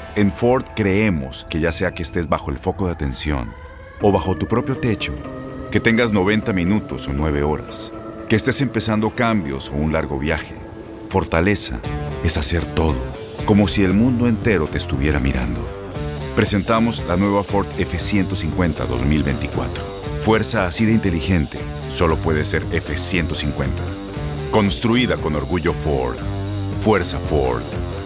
En Ford creemos que ya sea que estés bajo el foco de atención o bajo tu propio techo, que tengas 90 minutos o 9 horas, que estés empezando cambios o un largo viaje, fortaleza es hacer todo, como si el mundo entero te estuviera mirando. Presentamos la nueva Ford F-150 2024. Fuerza así de inteligente solo puede ser F-150. Construida con orgullo Ford. Fuerza Ford.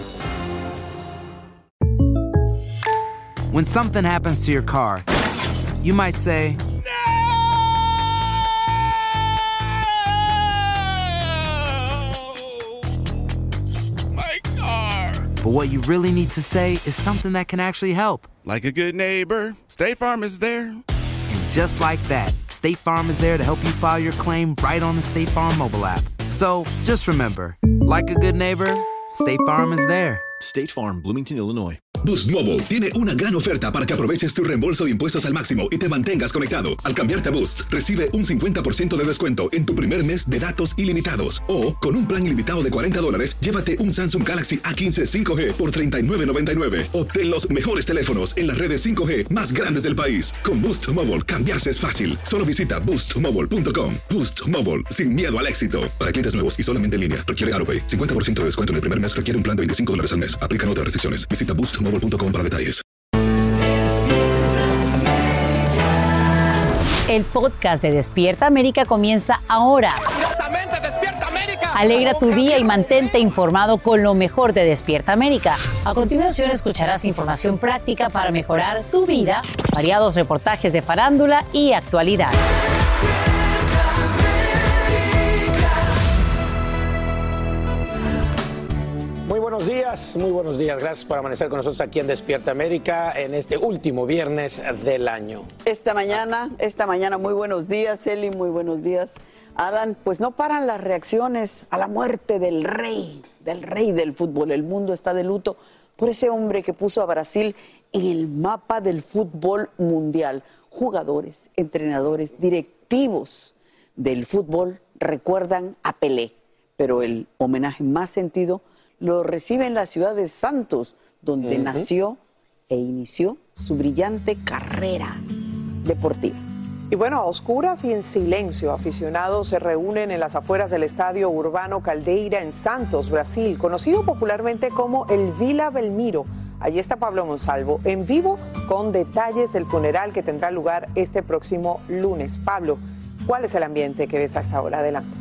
When something happens to your car, you might say, My car! but what you really need to say is something that can actually help. Like a good neighbor, State Farm is there. And just like that, State Farm is there to help you file your claim right on the State Farm mobile app. So just remember, like a good neighbor, State Farm is there. State Farm, Bloomington, Illinois. Boost Mobile tiene una gran oferta para que aproveches tu reembolso de impuestos al máximo y te mantengas conectado. Al cambiarte a Boost, recibe un 50% de descuento en tu primer mes de datos ilimitados. O, con un plan ilimitado de $40, llévate un Samsung Galaxy A15 5G por $39.99. Obtén los mejores teléfonos en las redes 5G más grandes del país. Con Boost Mobile, cambiarse es fácil. Solo visita boostmobile.com. Boost Mobile, sin miedo al éxito. Para clientes nuevos y solamente en línea, requiere AutoPay. 50% de descuento en el primer mes requiere un plan de $25 al mes. Aplican otras restricciones. Visita boostmobile.com para detalles. El podcast de Despierta América comienza ahora. ¡Directamente, Despierta América! Alegra tu día y mantente informado con lo mejor de Despierta América. A continuación escucharás información práctica para mejorar tu vida, variados reportajes de farándula y actualidad. Muy buenos días. Gracias por amanecer con nosotros aquí en Despierta América en este último viernes del año. Esta mañana, muy buenos días, Eli, muy buenos días, Alan. Pues no paran las reacciones a la muerte del rey del fútbol. El mundo está de luto por ese hombre que puso a Brasil en el mapa del fútbol mundial. Jugadores, entrenadores, directivos del fútbol recuerdan a Pelé, pero el homenaje más sentido lo recibe en la ciudad de Santos, donde nació e inició su brillante carrera deportiva. Y bueno, a oscuras y en silencio, aficionados se reúnen en las afueras del Estadio Urbano Caldeira en Santos, Brasil, conocido popularmente como el Vila Belmiro. Allí está Pablo Monsalvo, en vivo, con detalles del funeral que tendrá lugar este próximo lunes. Pablo, ¿cuál es el ambiente que ves a esta hora? Adelante.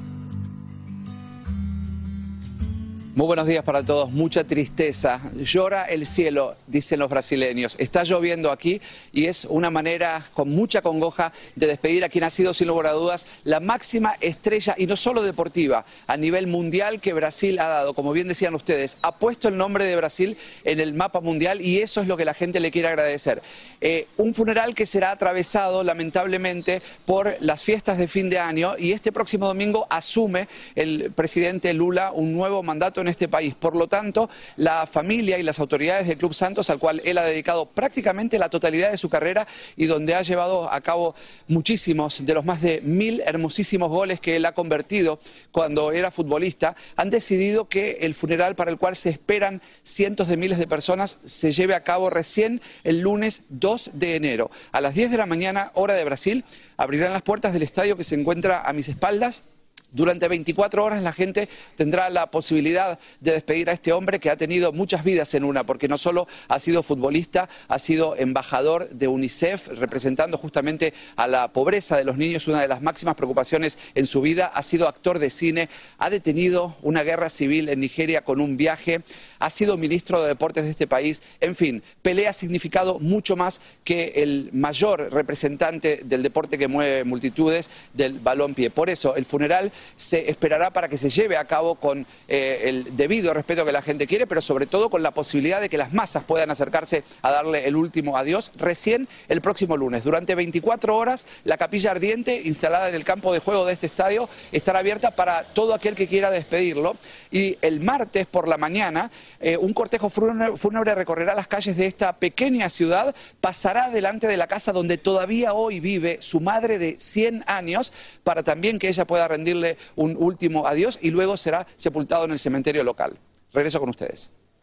Muy buenos días para todos. Mucha tristeza. Llora el cielo, dicen los brasileños. Está lloviendo aquí y es una manera con mucha congoja de despedir a quien ha sido, sin lugar a dudas, la máxima estrella, y no solo deportiva, a nivel mundial que Brasil ha dado. Como bien decían ustedes, ha puesto el nombre de Brasil en el mapa mundial y eso es lo que la gente le quiere agradecer. Un funeral que será atravesado, lamentablemente, por las fiestas de fin de año, y este próximo domingo asume el presidente Lula un nuevo mandato en este país. Por lo tanto, la familia y las autoridades del Club Santos, al cual él ha dedicado prácticamente la totalidad de su carrera y donde ha llevado a cabo muchísimos de los más de 1000 hermosísimos goles que él ha convertido cuando era futbolista, han decidido que el funeral, para el cual se esperan cientos de miles de personas, se lleve a cabo recién el lunes 2 de enero. A las 10 de la mañana, hora de Brasil, abrirán las puertas del estadio que se encuentra a mis espaldas. Durante 24 horas la gente tendrá la posibilidad de despedir a este hombre que ha tenido muchas vidas en una, porque no solo ha sido futbolista, ha sido embajador de UNICEF, representando justamente a la pobreza de los niños, una de las máximas preocupaciones en su vida, ha sido actor de cine, ha detenido una guerra civil en Nigeria con un viaje, ha sido ministro de deportes de este país. En fin, Pelé ha significado mucho más que el mayor representante del deporte que mueve multitudes, del balompié. Por eso el funeral se esperará para que se lleve a cabo con el debido respeto que la gente quiere, pero sobre todo con la posibilidad de que las masas puedan acercarse a darle el último adiós recién el próximo lunes. Durante 24 horas la capilla ardiente instalada en el campo de juego de este estadio estará abierta para todo aquel que quiera despedirlo, y el martes por la mañana un cortejo fúnebre recorrerá las calles de esta pequeña ciudad, pasará delante de la casa donde todavía hoy vive su madre de 100 años, para también que ella pueda rendirle un último adiós, y luego será sepultado en el cementerio local. Regreso con ustedes.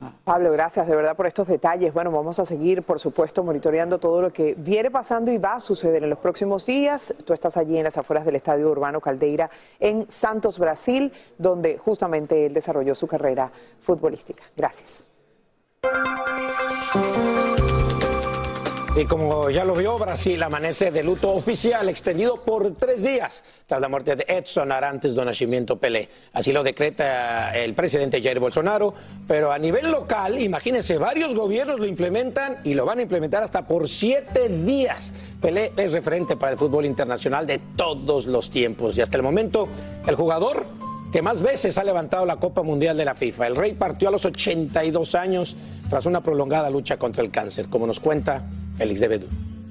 Pablo, gracias de verdad por estos detalles. Bueno, vamos a seguir, por supuesto, monitoreando todo lo que viene pasando y va a suceder en los próximos días. Tú estás allí en las afueras del Estadio Urbano Caldeira en Santos, Brasil, donde justamente él desarrolló su carrera futbolística. Gracias. Y como ya lo vio, Brasil amanece de luto oficial extendido por 3 días tras la muerte de Edson Arantes do Nascimento Pelé. Así lo decreta el presidente Jair Bolsonaro, pero a nivel local, imagínense, varios gobiernos lo implementan y lo van a implementar hasta por 7 días. Pelé es referente para el fútbol internacional de todos los tiempos y hasta el momento el jugador que más veces ha levantado la Copa Mundial de la FIFA. El Rey partió a los 82 años tras una prolongada lucha contra el cáncer, como nos cuenta Félix de Bedú.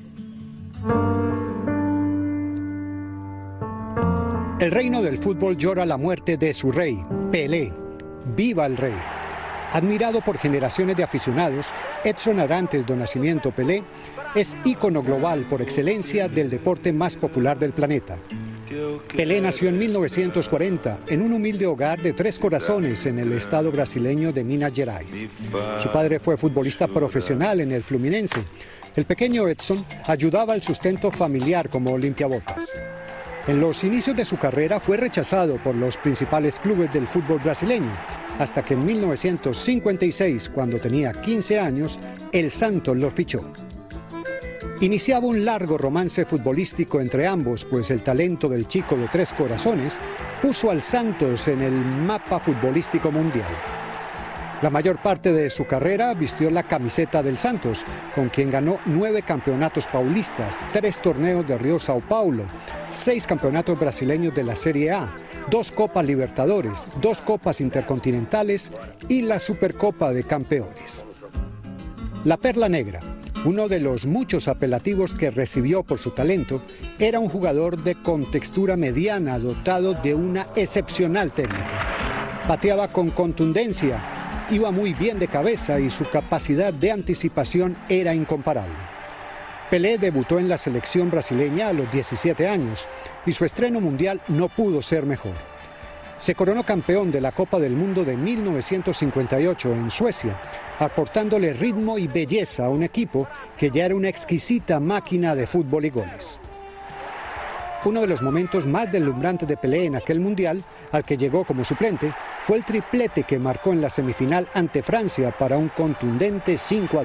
El reino del fútbol llora la muerte de su rey, Pelé. ¡Viva el rey! Admirado por generaciones de aficionados, Edson Arantes do Nascimento Pelé es ícono global por excelencia del deporte más popular del planeta. Pelé nació en 1940 en un humilde hogar de 3 corazones en el estado brasileño de Minas Gerais. Su padre fue futbolista profesional en el Fluminense. El pequeño Edson ayudaba al sustento familiar como limpiabotas. En los inicios de su carrera fue rechazado por los principales clubes del fútbol brasileño, hasta que en 1956, cuando tenía 15 años, el Santos lo fichó. Iniciaba un largo romance futbolístico entre ambos, pues el talento del chico de 3 corazones puso al Santos en el mapa futbolístico mundial. La mayor parte de su carrera vistió la camiseta del Santos, con quien ganó 9 campeonatos paulistas, 3 torneos de Río Sao Paulo, 6 campeonatos brasileños de la Serie A, 2 Copas Libertadores, 2 Copas Intercontinentales y la Supercopa de Campeones. La Perla Negra, uno de los muchos apelativos que recibió por su talento, era un jugador de contextura mediana dotado de una excepcional técnica. Pateaba con contundencia, iba muy bien de cabeza y su capacidad de anticipación era incomparable. Pelé debutó en la selección brasileña a los 17 años y su estreno mundial no pudo ser mejor. Se coronó campeón de la Copa del Mundo de 1958 en Suecia, aportándole ritmo y belleza a un equipo que ya era una exquisita máquina de fútbol y goles. Uno de los momentos más deslumbrantes de Pelé en aquel mundial, al que llegó como suplente, fue el triplete que marcó en la semifinal ante Francia para un contundente 5-2.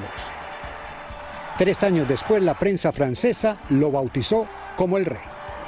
3 años después, la prensa francesa lo bautizó como el Rey.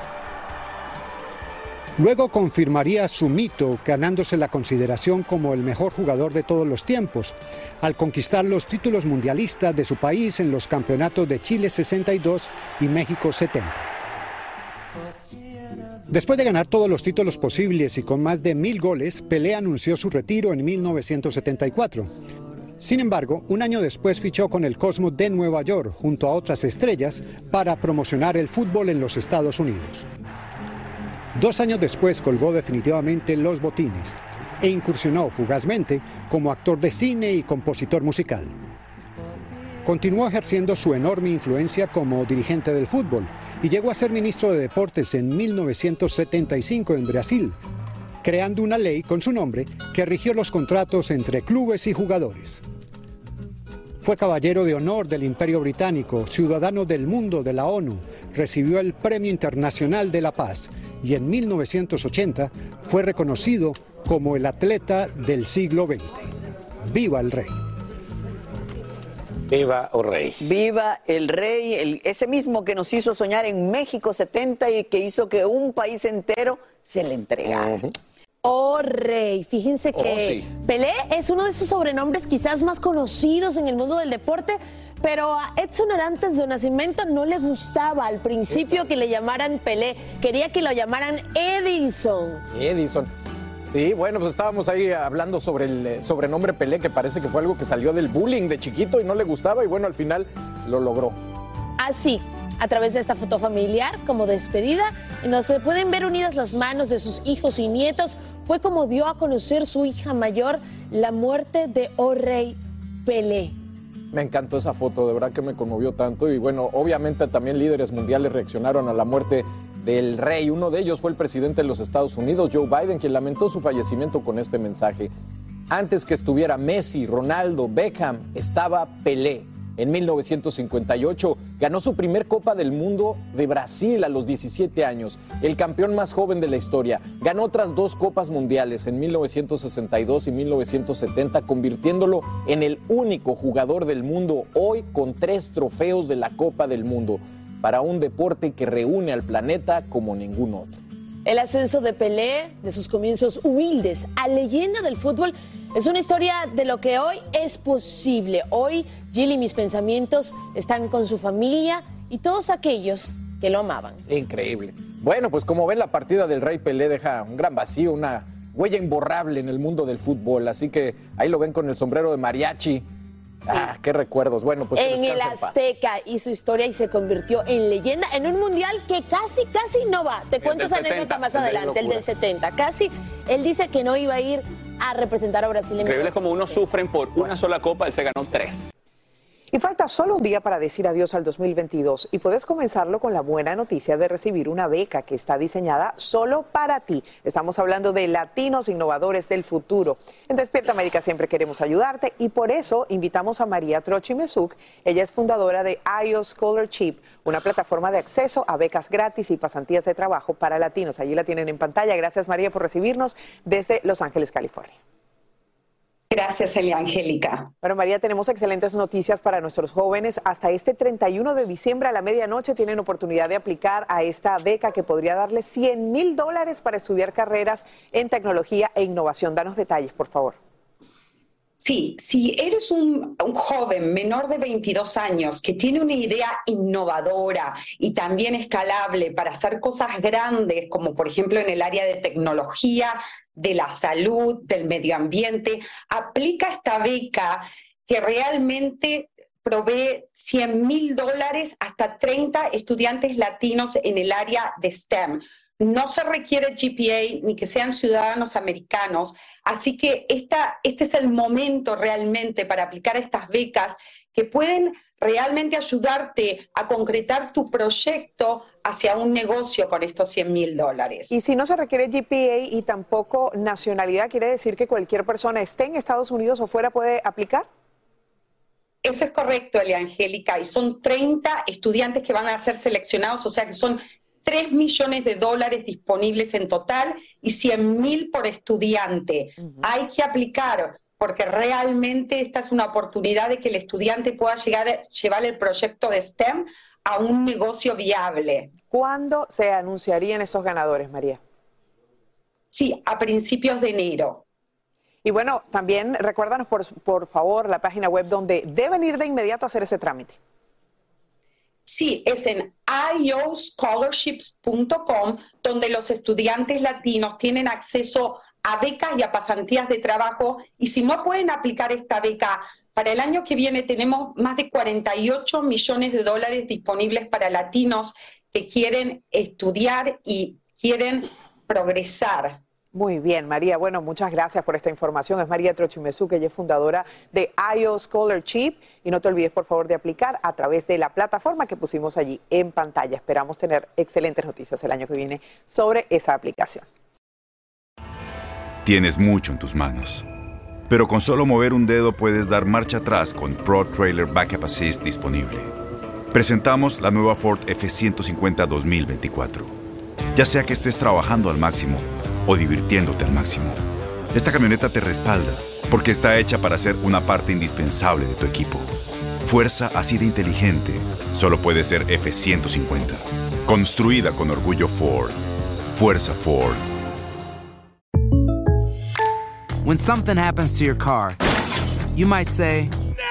Luego confirmaría su mito, ganándose la consideración como el mejor jugador de todos los tiempos, al conquistar los títulos mundialistas de su país en los campeonatos de Chile 62 y México 70. Después de ganar todos los títulos posibles y con más de 1000 goles, Pelé anunció su retiro en 1974. Sin embargo, un año después fichó con el Cosmos de Nueva York, junto a otras estrellas, para promocionar el fútbol en los Estados Unidos. 2 años después colgó definitivamente los botines e incursionó fugazmente como actor de cine y compositor musical. Continuó ejerciendo su enorme influencia como dirigente del fútbol y llegó a ser ministro de Deportes en 1975 en Brasil, creando una ley con su nombre que rigió los contratos entre clubes y jugadores. Fue caballero de honor del Imperio Británico, ciudadano del mundo de la ONU, recibió el Premio Internacional de la Paz y en 1980 fue reconocido como el atleta del siglo XX. ¡Viva el Rey! ¡Viva el Rey! ¡Viva el Rey! Ese mismo que nos hizo soñar en México 70 y que hizo que un país entero se le entregara. Oh, Rey. Fíjense que Pelé es uno de esos sobrenombres quizás más conocidos en el mundo del deporte, pero a Edson Arantes do Nascimento no le gustaba al principio que le llamaran Pelé. Quería que lo llamaran Edison. Edison. Sí, bueno, pues estábamos ahí hablando sobre el sobrenombre Pelé, que parece que fue algo que salió del bullying de chiquito y no le gustaba, y bueno, al final lo logró. Así, a través de esta foto familiar, como despedida, en donde se pueden ver unidas las manos de sus hijos y nietos, fue como dio a conocer su hija mayor la muerte de Oh Rey Pelé. Me encantó esa foto, de verdad que me conmovió tanto, y bueno, obviamente también líderes mundiales reaccionaron a la muerte del rey. Uno de ellos fue el presidente de los Estados Unidos, Joe Biden, quien lamentó su fallecimiento con este mensaje. Antes que estuviera Messi, Ronaldo, Beckham, estaba Pelé. En 1958 ganó su primer Copa del Mundo de Brasil a los 17 años, el campeón más joven de la historia. Ganó otras 2 Copas Mundiales en 1962 y 1970, convirtiéndolo en el único jugador del mundo hoy con 3 trofeos de la Copa del Mundo, para un deporte que reúne al planeta como ningún otro. El ascenso de Pelé, de sus comienzos humildes a leyenda del fútbol, es una historia de lo que hoy es posible. Hoy, Jill y mis pensamientos están con su familia y todos aquellos que lo amaban. Increíble. Bueno, pues como ven, la partida del Rey Pelé deja un gran vacío, una huella imborrable en el mundo del fútbol. Así que ahí lo ven con el sombrero de mariachi. Sí. Ah, qué recuerdos. Bueno, pues en el Azteca hizo historia y se convirtió en leyenda en un mundial que casi no va. Te cuento esa anécdota más adelante, el del 70. Casi, él dice que no iba a ir a representar a Brasil. Increíble como unos sufren por una sola copa, él se ganó 3. Y falta solo un día para decir adiós al 2022 y puedes comenzarlo con la buena noticia de recibir una beca que está diseñada solo para ti. Estamos hablando de Latinos Innovadores del Futuro. En Despierta América siempre queremos ayudarte y por eso invitamos a María Trochimezuk. Ella es fundadora de IO Scholarship, una plataforma de acceso a becas gratis y pasantías de trabajo para latinos. Allí la tienen en pantalla. Gracias, María, por recibirnos desde Los Ángeles, California. Gracias, Elia Angélica. Bueno, María, tenemos excelentes noticias para nuestros jóvenes. Hasta este 31 de diciembre a la medianoche tienen oportunidad de aplicar a esta beca que podría darles $100,000 para estudiar carreras en tecnología e innovación. Danos detalles, por favor. Sí, si eres un joven menor de 22 años que tiene una idea innovadora y también escalable para hacer cosas grandes, como por ejemplo en el área de tecnología, de la salud, del medio ambiente, aplica esta beca que realmente provee $100,000 hasta 30 estudiantes latinos en el área de STEM. No se requiere GPA ni que sean ciudadanos americanos, así que este es el momento realmente para aplicar estas becas que pueden realmente ayudarte a concretar tu proyecto hacia un negocio con estos $100,000. Y si no se requiere GPA y tampoco nacionalidad, ¿quiere decir que cualquier persona esté en Estados Unidos o fuera puede aplicar? Eso es correcto, Elia Angélica, y son 30 estudiantes que van a ser seleccionados, o sea que son $3 millones disponibles en total y $100,000 por estudiante. Hay que aplicar porque realmente esta es una oportunidad de que el estudiante pueda llevar el proyecto de STEM a un negocio viable. ¿Cuándo se anunciarían estos ganadores, María? Sí, a principios de enero. Y bueno, también recuérdanos por favor la página web donde deben ir de inmediato a hacer ese trámite. Sí, es en ioscholarships.com, donde los estudiantes latinos tienen acceso a becas y a pasantías de trabajo. Y si no pueden aplicar esta beca, para el año que viene tenemos más de $48 millones disponibles para latinos que quieren estudiar y quieren progresar. Muy bien, María. Bueno, muchas gracias por esta información. Es María Trochimezuk, ella es fundadora de IO Scholarship. Y no te olvides, por favor, de aplicar a través de la plataforma que pusimos allí en pantalla. Esperamos tener excelentes noticias el año que viene sobre esa aplicación. Tienes mucho en tus manos, pero con solo mover un dedo puedes dar marcha atrás con Pro Trailer Backup Assist disponible. Presentamos la nueva Ford F-150 2024. Ya sea que estés trabajando al máximo o divirtiéndote al máximo, esta camioneta te respalda porque está hecha para ser una parte indispensable de tu equipo. Fuerza así de inteligente solo puede ser F-150. Construida con orgullo Ford. Fuerza Ford. When something happens to your car, you might say,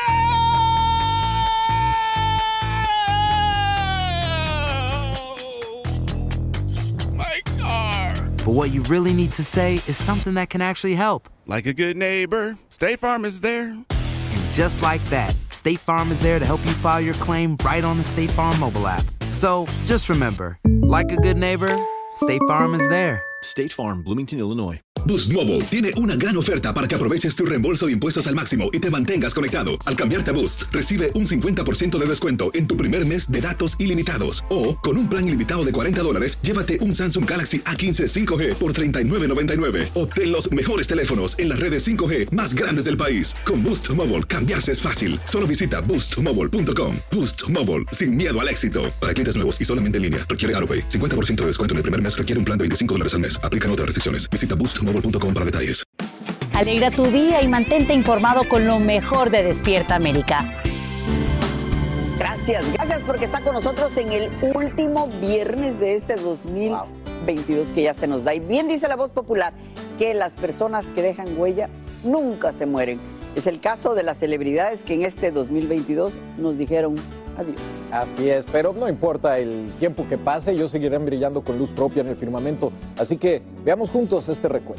My car. but what you really need to say is something that can actually help. Like a good neighbor, State Farm is there. And just like that, State Farm is there to help you file your claim right on the State Farm mobile app. So just remember, like a good neighbor, State Farm is there. State Farm, Bloomington, Illinois. Boost Mobile tiene una gran oferta para que aproveches tu reembolso de impuestos al máximo y te mantengas conectado. Al cambiarte a Boost, recibe un 50% de descuento en tu primer mes de datos ilimitados. O, con un plan ilimitado de $40, llévate un Samsung Galaxy A15 5G por $39.99. Obtén los mejores teléfonos en las redes 5G más grandes del país. Con Boost Mobile, cambiarse es fácil. Solo visita boostmobile.com. Boost Mobile, sin miedo al éxito. Para clientes nuevos y solamente en línea, requiere AutoPay. 50% de descuento en el primer mes requiere un plan de $25 al mes. Aplican otras restricciones. Visita boostmobile.com para detalles. Alegra tu día y mantente informado con lo mejor de Despierta América. Gracias porque está con nosotros en el último viernes de este 2022 que ya se nos da. Y bien dice la voz popular que las personas que dejan huella nunca se mueren. Es el caso de las celebridades que en este 2022 nos dijeron adiós. Así es, pero no importa el tiempo que pase, ellos seguirán brillando con luz propia en el firmamento. Así que veamos juntos este recuento.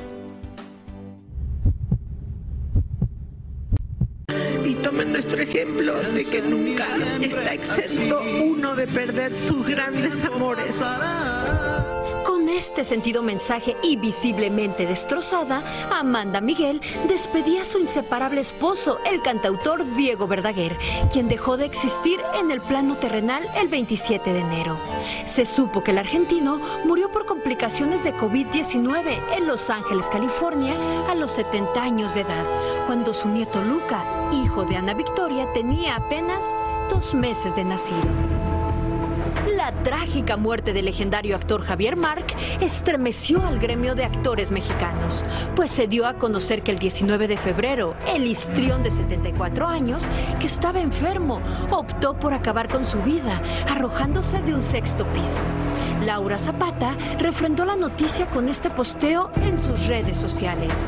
Y tomen nuestro ejemplo de que nunca está exento uno de perder sus grandes amores. Con este sentido mensaje y visiblemente destrozada, Amanda Miguel despedía a su inseparable esposo, el cantautor Diego Verdaguer, quien dejó de existir en el plano terrenal el 27 de enero. Se supo que el argentino murió por complicaciones de COVID-19 en Los Ángeles, California, a los 70 años de edad, cuando su nieto Luca, hijo de Ana Victoria, tenía apenas 2 meses de nacido. La trágica muerte del legendario actor Javier Marc estremeció al gremio de actores mexicanos, pues se dio a conocer que el 19 de febrero, el histrión de 74 años, que estaba enfermo, optó por acabar con su vida, arrojándose de un 6º piso. Laura Zapata refrendó la noticia con este posteo en sus redes sociales.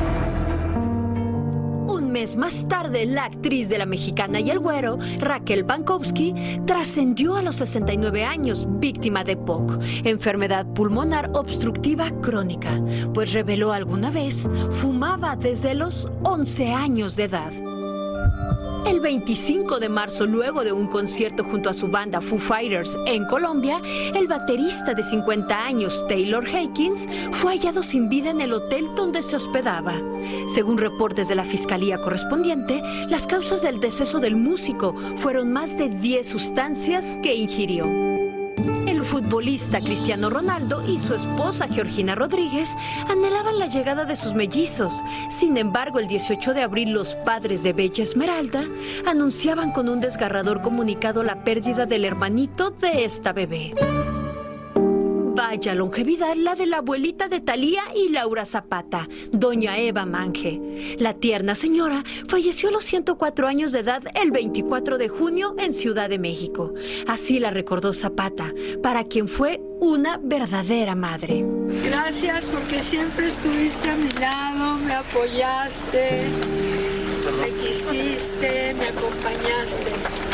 Un mes más tarde, la actriz de La Mexicana y el Güero, Raquel Pankowski, trascendió a los 69 años, víctima de POC, enfermedad pulmonar obstructiva crónica, pues reveló alguna vez fumaba desde los 11 años de edad. El 25 de marzo, luego de un concierto junto a su banda Foo Fighters en Colombia, el baterista de 50 años, Taylor Hawkins, fue hallado sin vida en el hotel donde se hospedaba. Según reportes de la fiscalía correspondiente, las causas del deceso del músico fueron más de 10 sustancias que ingirió. El futbolista Cristiano Ronaldo y su esposa Georgina Rodríguez anhelaban la llegada de sus mellizos. Sin embargo, el 18 de abril los padres de Bella Esmeralda anunciaban con un desgarrador comunicado la pérdida del hermanito de esta bebé. Vaya longevidad la de la abuelita de Thalía y Laura Zapata, doña Eva Mange. La tierna señora falleció a los 104 años de edad el 24 de junio en Ciudad de México. Así la recordó Zapata, para quien fue una verdadera madre. Gracias porque siempre estuviste a mi lado, me apoyaste, me quisiste, me acompañaste.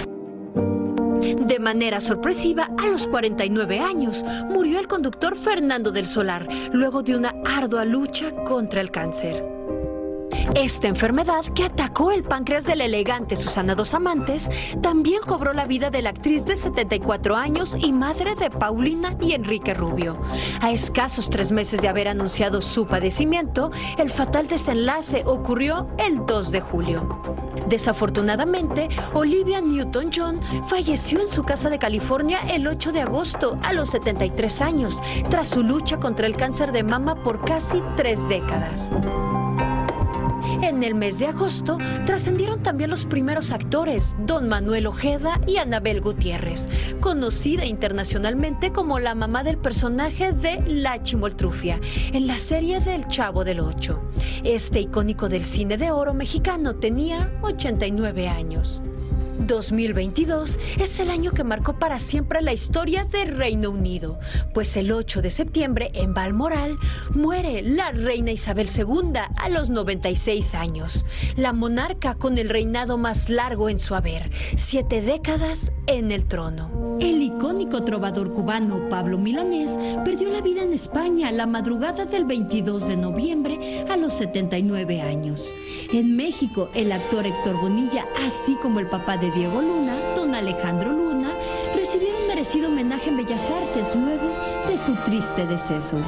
De manera sorpresiva, a los 49 años, murió el conductor Fernando del Solar, luego de una ardua lucha contra el cáncer. Esta enfermedad, que atacó el páncreas de la elegante Susana Dos Amantes, también cobró la vida de la actriz de 74 años y madre de Paulina y Enrique Rubio. A escasos 3 meses de haber anunciado su padecimiento, el fatal desenlace ocurrió el 2 de julio. Desafortunadamente, Olivia Newton-John falleció en su casa de California el 8 de agosto a los 73 años, tras su lucha contra el cáncer de mama por casi 3 décadas. En el mes de agosto trascendieron también los primeros actores, Don Manuel Ojeda y Anabel Gutiérrez, conocida internacionalmente como la mamá del personaje de La Chimoltrufia en la serie del Chavo del Ocho. Este icónico del cine de oro mexicano tenía 89 años. 2022 es el año que marcó para siempre la historia del Reino Unido, pues el 8 de septiembre en Balmoral muere la reina Isabel II a los 96 años, la monarca con el reinado más largo en su haber, 7 décadas en el trono. El icónico trovador cubano Pablo Milanés perdió la vida en España la madrugada del 22 de noviembre a los 79 años. En México, el actor Héctor Bonilla, así como el papá de Diego Luna, don Alejandro Luna, recibieron un merecido homenaje en Bellas Artes luego de su triste deceso.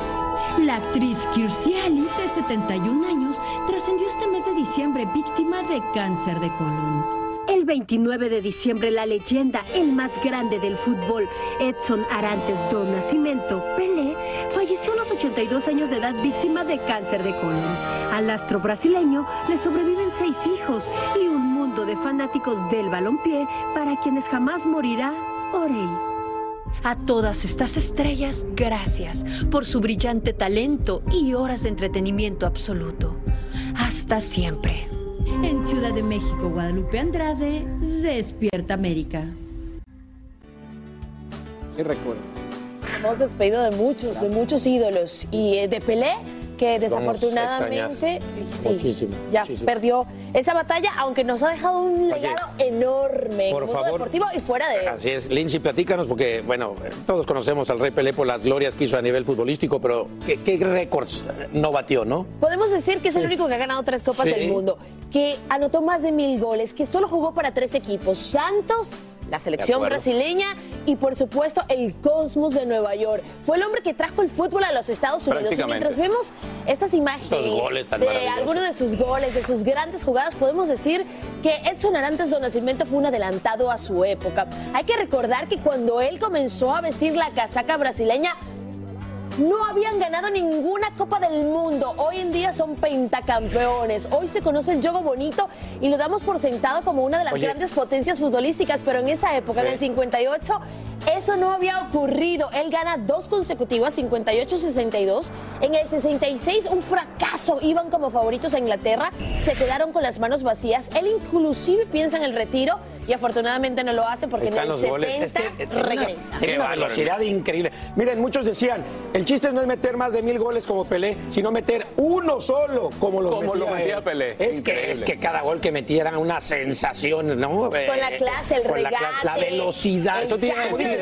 La actriz Kirstie Alley, de 71 años, trascendió este mes de diciembre víctima de cáncer de colon. El 29 de diciembre, la leyenda, el más grande del fútbol, Edson Arantes do Nascimento, Pelé, falleció a los 82 años de edad víctima de cáncer de colon. Al astro brasileño le sobreviven 6 hijos y un mundo de fanáticos del balompié para quienes jamás morirá, orei. A todas estas estrellas, gracias por su brillante talento y horas de entretenimiento absoluto. Hasta siempre. En Ciudad de México, Guadalupe Andrade, Despierta América. ¿Qué recuerdo? Hemos despedido de muchos ídolos y de Pelé, que desafortunadamente perdió esa batalla, aunque nos ha dejado un legado enorme en el mundo deportivo y fuera de él. Así es. Lindsay, platícanos, porque, bueno, todos conocemos al Rey Pelé por las glorias que hizo a nivel futbolístico, pero ¿qué récords no batió, no? Podemos decir que es el único que ha ganado 3 Copas del Mundo, que anotó más de 1000 goles, que solo jugó para 3 equipos: Santos, la selección brasileña y, por supuesto, el Cosmos de Nueva York. Fue el hombre que trajo el fútbol a los Estados Unidos. Y mientras vemos estas imágenes de algunos de sus goles, de sus grandes jugadas, podemos decir que Edson Arantes do Nascimento fue un adelantado a su época. Hay que recordar que cuando él comenzó a vestir la casaca brasileña, no habían ganado ninguna Copa del Mundo. Hoy en día son pentacampeones. Hoy se conoce el juego bonito y lo damos por sentado como una de las grandes potencias futbolísticas, pero en esa época, en el 58, eso no había ocurrido. Él gana 2 consecutivas, 58-62. En el 66, un fracaso. Iban como favoritos a Inglaterra. Se quedaron con las manos vacías. Él inclusive piensa en el retiro y afortunadamente no lo hace porque en el 70 regresa. Qué velocidad increíble. Miren, muchos decían, el chiste no es meter más de 1000 goles como Pelé, sino meter uno solo como lo metía Pelé. Es que cada gol que metía era una sensación, ¿no? Con la clase, el regate, la velocidad. Eso tiene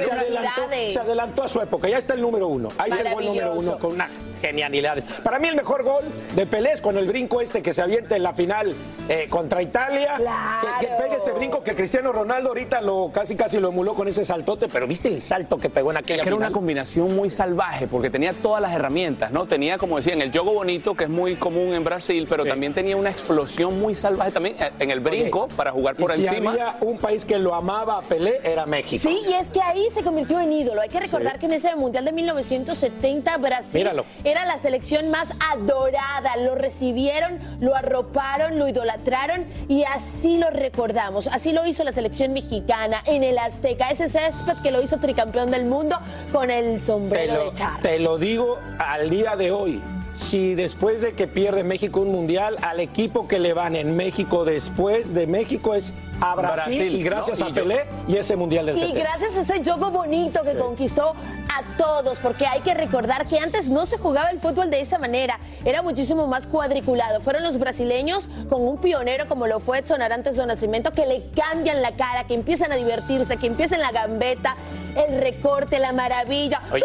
se adelantó a su época. Ya está el número 1. Ahí está el gol número 1 con una genialidad. Para mí el mejor gol de Pelé es con el brinco que se avienta en la final contra Italia. Claro. Que pegue ese brinco que Cristiano Ronaldo ahorita casi lo emuló con ese saltote, pero ¿viste el salto que pegó en aquella final? Era una combinación muy salvaje porque tenía todas las herramientas, ¿no? Tenía, como decían, el jogo bonito, que es muy común en Brasil, pero también tenía una explosión muy salvaje también en el brinco para jugar por encima. Si había un país que lo amaba a Pelé, era México. Sí, y es que ahí se convirtió en ídolo. Hay que recordar que en ese Mundial de 1970 Brasil era la selección más adorada. Lo recibieron, lo arroparon, lo idolatraron y así lo recordamos. Así lo hizo la selección mexicana en el Azteca. Ese césped que lo hizo tricampeón del mundo con el sombrero de charro. Te lo digo al día de hoy. Si después de que pierde México un mundial, al equipo que le van en México después de México es a Brasil y gracias a Pelé y ese mundial del 70. Y gracias a ese juego bonito que conquistó a todos, porque hay que recordar que antes no se jugaba el fútbol de esa manera, era muchísimo más cuadriculado. Fueron los brasileños con un pionero como lo fue Edson Arantes do Nascimento que le cambian la cara, que empiezan a divertirse, que empiezan la gambeta, el recorte, la maravilla. Oye,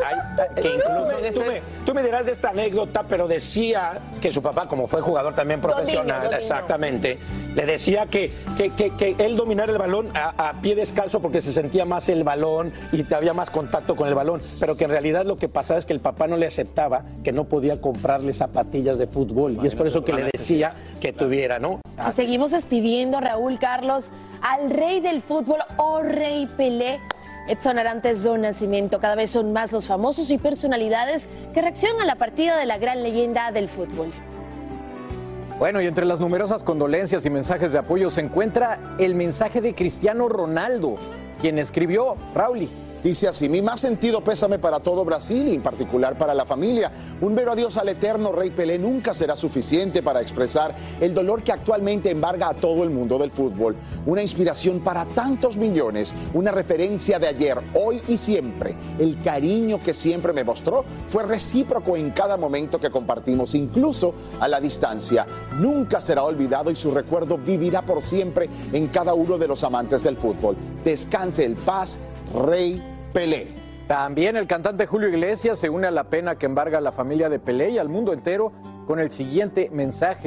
tú me dirás de esta anécdota, pero decía que su papá, como fue jugador también profesional, exactamente, le decía que él dominara el balón a pie descalzo porque se sentía más el balón y había más contacto con el balón, pero que en realidad lo que pasaba es que el papá no le aceptaba, que no podía comprarle zapatillas de fútbol, y es por eso que le decía que tuviera, ¿no? Y seguimos despidiendo, Raúl Carlos, al rey del fútbol, Rey Pelé, Edson Arantes do Nascimento. Cada vez son más los famosos y personalidades que reaccionan a la partida de la gran leyenda del fútbol. Bueno, y entre las numerosas condolencias y mensajes de apoyo se encuentra el mensaje de Cristiano Ronaldo, quien escribió, Raúl. Dice así: mi más sentido pésame para todo Brasil y en particular para la familia. Un vero adiós al eterno Rey Pelé nunca será suficiente para expresar el dolor que actualmente embarga a todo el mundo del fútbol. Una inspiración para tantos millones, una referencia de ayer, hoy y siempre. El cariño que siempre me mostró fue recíproco en cada momento que compartimos, incluso a la distancia. Nunca será olvidado y su recuerdo vivirá por siempre en cada uno de los amantes del fútbol. Descanse en paz, Rey Pelé. También el cantante Julio Iglesias se une a la pena que embarga a la familia de Pelé y al mundo entero con el siguiente mensaje: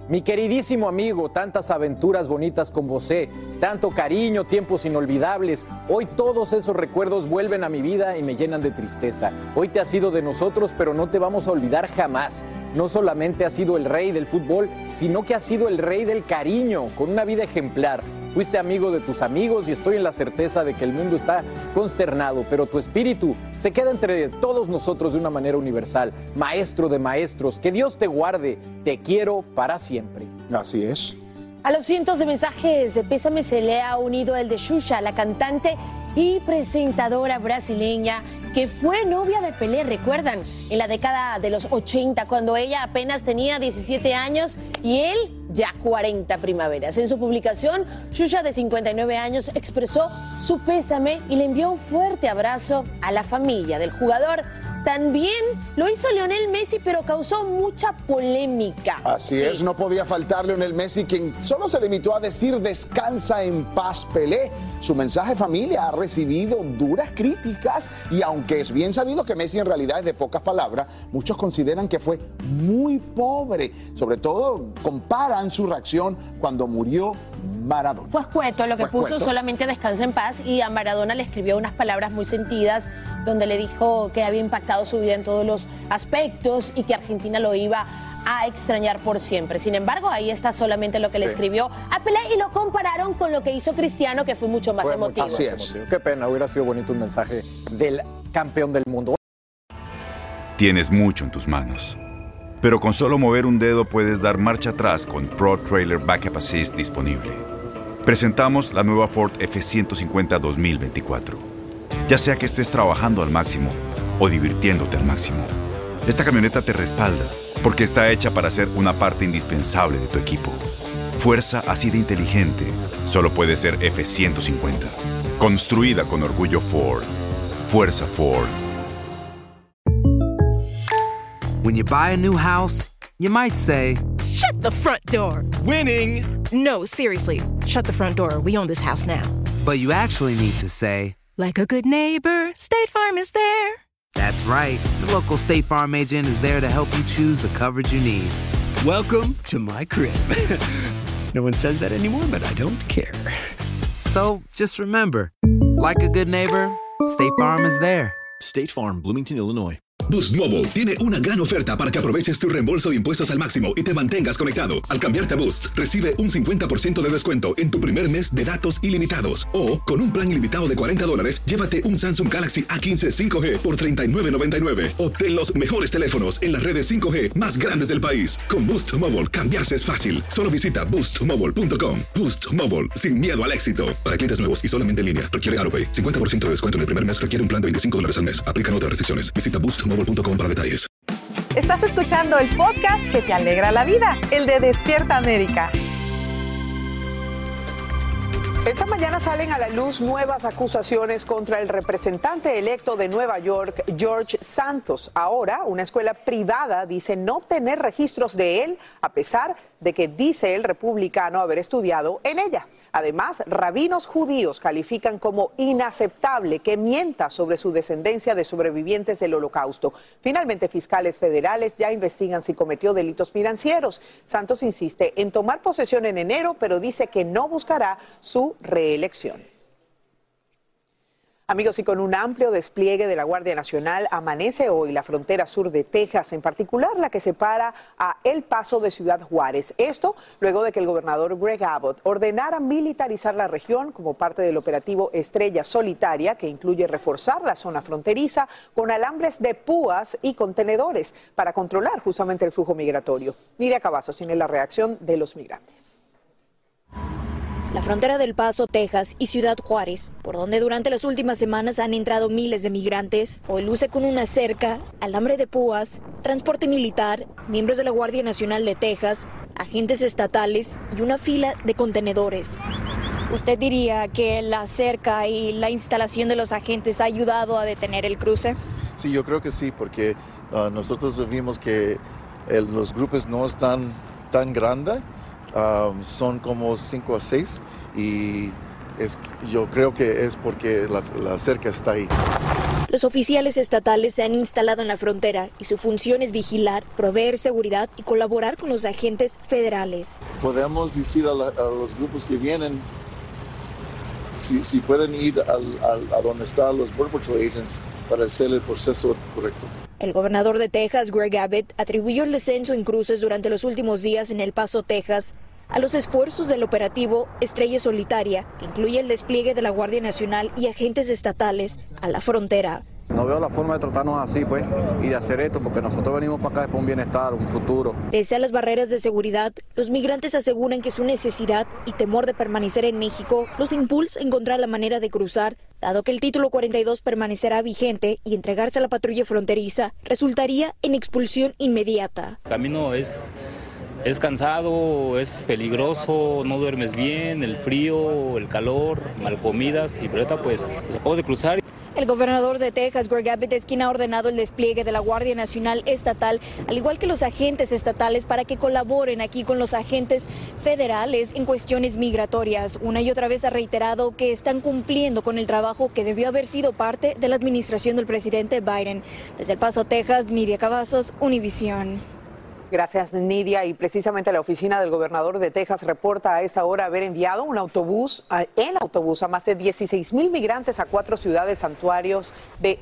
Mi queridísimo amigo, tantas aventuras bonitas con José, tanto cariño, tiempos inolvidables. Hoy todos esos recuerdos vuelven a mi vida y me llenan de tristeza. Hoy te has ido de nosotros, pero no te vamos a olvidar jamás. No solamente has sido el rey del fútbol, sino que has sido el rey del cariño, con una vida ejemplar. Fuiste amigo de tus amigos y estoy en la certeza de que el mundo está consternado, pero tu espíritu se queda entre todos nosotros de una manera universal. Maestro de maestros, que Dios te guarde, te quiero para siempre. Así es. A los cientos de mensajes de pésame se le ha unido el de Xuxa, la cantante y presentadora brasileña que fue novia de Pelé, recuerdan, en la década de los 80, cuando ella apenas tenía 17 años y él ya 40 primaveras. En su publicación, Xuxa, de 59 años, expresó su pésame y le envió un fuerte abrazo a la familia del jugador. También lo hizo Lionel Messi, pero causó mucha polémica. Así es, no podía faltar Lionel Messi, quien solo se limitó a decir descansa en paz, Pelé. Su mensaje familia ha recibido duras críticas y aunque es bien sabido que Messi en realidad es de pocas palabras, muchos consideran que fue muy pobre. Sobre todo comparan su reacción cuando murió Maradona. Fue escueto lo que puso, solamente descansa en paz, y a Maradona le escribió unas palabras muy sentidas donde le dijo que había impactado su vida en todos los aspectos y que Argentina lo iba a extrañar por siempre. Sin embargo, ahí está solamente lo que le escribió a Pelé y lo compararon con lo que hizo Cristiano, que fue mucho más emotivo. Así es. Qué pena, hubiera sido bonito un mensaje del campeón del mundo. Tienes mucho en tus manos, pero con solo mover un dedo puedes dar marcha atrás con Pro Trailer Backup Assist disponible. Presentamos la nueva Ford F-150 2024. Ya sea que estés trabajando al máximo o divirtiéndote al máximo, esta camioneta te respalda porque está hecha para ser una parte indispensable de tu equipo. Fuerza así de inteligente solo puede ser F-150. Construida con orgullo Ford. Fuerza Ford. When you buy a new house, you might say, "Shut the front door." Winning. No, seriously. Shut the front door. We own this house now. But you actually need to say, like a good neighbor, State Farm is there. That's right. The local State Farm agent is there to help you choose the coverage you need. Welcome to my crib. No one says that anymore, but I don't care. So just remember, like a good neighbor, State Farm is there. State Farm, Bloomington, Illinois. Boost Mobile tiene una gran oferta para que aproveches tu reembolso de impuestos al máximo y te mantengas conectado. Al cambiarte a Boost, recibe un 50% de descuento en tu primer mes de datos ilimitados. O, con un plan ilimitado de $40, llévate un Samsung Galaxy A15 5G por $39.99. Obtén los mejores teléfonos en las redes 5G más grandes del país. Con Boost Mobile, cambiarse es fácil. Solo visita boostmobile.com. Boost Mobile, sin miedo al éxito. Para clientes nuevos y solamente en línea, requiere AutoPay. 50% de descuento en el primer mes requiere un plan de $25 al mes. Aplican otras restricciones. Visita boostmobile.com para detalles. Estás escuchando el podcast que te alegra la vida, el de Despierta América. Esta mañana salen a la luz nuevas acusaciones contra el representante electo de Nueva York, George Santos. Ahora, una escuela privada dice no tener registros de él, a pesar de que dice el republicano haber estudiado en ella. Además, rabinos judíos califican como inaceptable que mienta sobre su descendencia de sobrevivientes del Holocausto. Finalmente, fiscales federales ya investigan si cometió delitos financieros. Santos insiste en tomar posesión en enero, pero dice que no buscará su reelección. Amigos, y con un amplio despliegue de la Guardia Nacional, amanece hoy la frontera sur de Texas, en particular la que separa a El Paso de Ciudad Juárez. Esto luego de que el gobernador Greg Abbott ordenara militarizar la región como parte del operativo Estrella Solitaria, que incluye reforzar la zona fronteriza con alambres de púas y contenedores para controlar justamente el flujo migratorio. Nidia Cavazos tiene la reacción de los migrantes. La frontera del Paso, Texas y Ciudad Juárez, por donde durante las últimas semanas han entrado miles de migrantes, hoy luce con una cerca, alambre de púas, transporte militar, miembros de la Guardia Nacional de Texas, agentes estatales y una fila de contenedores. ¿Usted diría que la cerca y la instalación de los agentes ha ayudado a detener el cruce? Sí, yo creo que sí, porque nosotros vimos que los grupos no están tan grandes. Son como 5 a 6 y yo creo que es porque la cerca está ahí. Los oficiales estatales se han instalado en la frontera y su función es vigilar, proveer seguridad y colaborar con los agentes federales. Podemos decir a los grupos que vienen si pueden ir a donde están los Border Patrol Agents para hacer el proceso correcto. El gobernador de Texas, Greg Abbott, atribuyó el descenso en cruces durante los últimos días en El Paso, Texas, a los esfuerzos del operativo Estrella Solitaria, que incluye el despliegue de la Guardia Nacional y agentes estatales a la frontera. No veo la forma de tratarnos así, pues, y de hacer esto, porque nosotros venimos para acá por un bienestar, un futuro. Pese a las barreras de seguridad, los migrantes aseguran que su necesidad y temor de permanecer en México los impulsa a encontrar la manera de cruzar, dado que el título 42 permanecerá vigente y entregarse a la patrulla fronteriza resultaría en expulsión inmediata. El camino es cansado, es peligroso, no duermes bien, el frío, el calor, mal comidas, y ahorita pues acabo de cruzar. El gobernador de Texas, Greg Abbott, es quien ha ordenado el despliegue de la Guardia Nacional Estatal, al igual que los agentes estatales, para que colaboren aquí con los agentes federales en cuestiones migratorias. Una y otra vez ha reiterado que están cumpliendo con el trabajo que debió haber sido parte de la administración del presidente Biden. Desde El Paso, Texas, Nidia Cavazos, Univisión. Gracias, Nidia. Y precisamente la oficina del gobernador de Texas reporta a esta hora haber enviado un autobús a más de 16,000 migrantes a 4 ciudades santuarios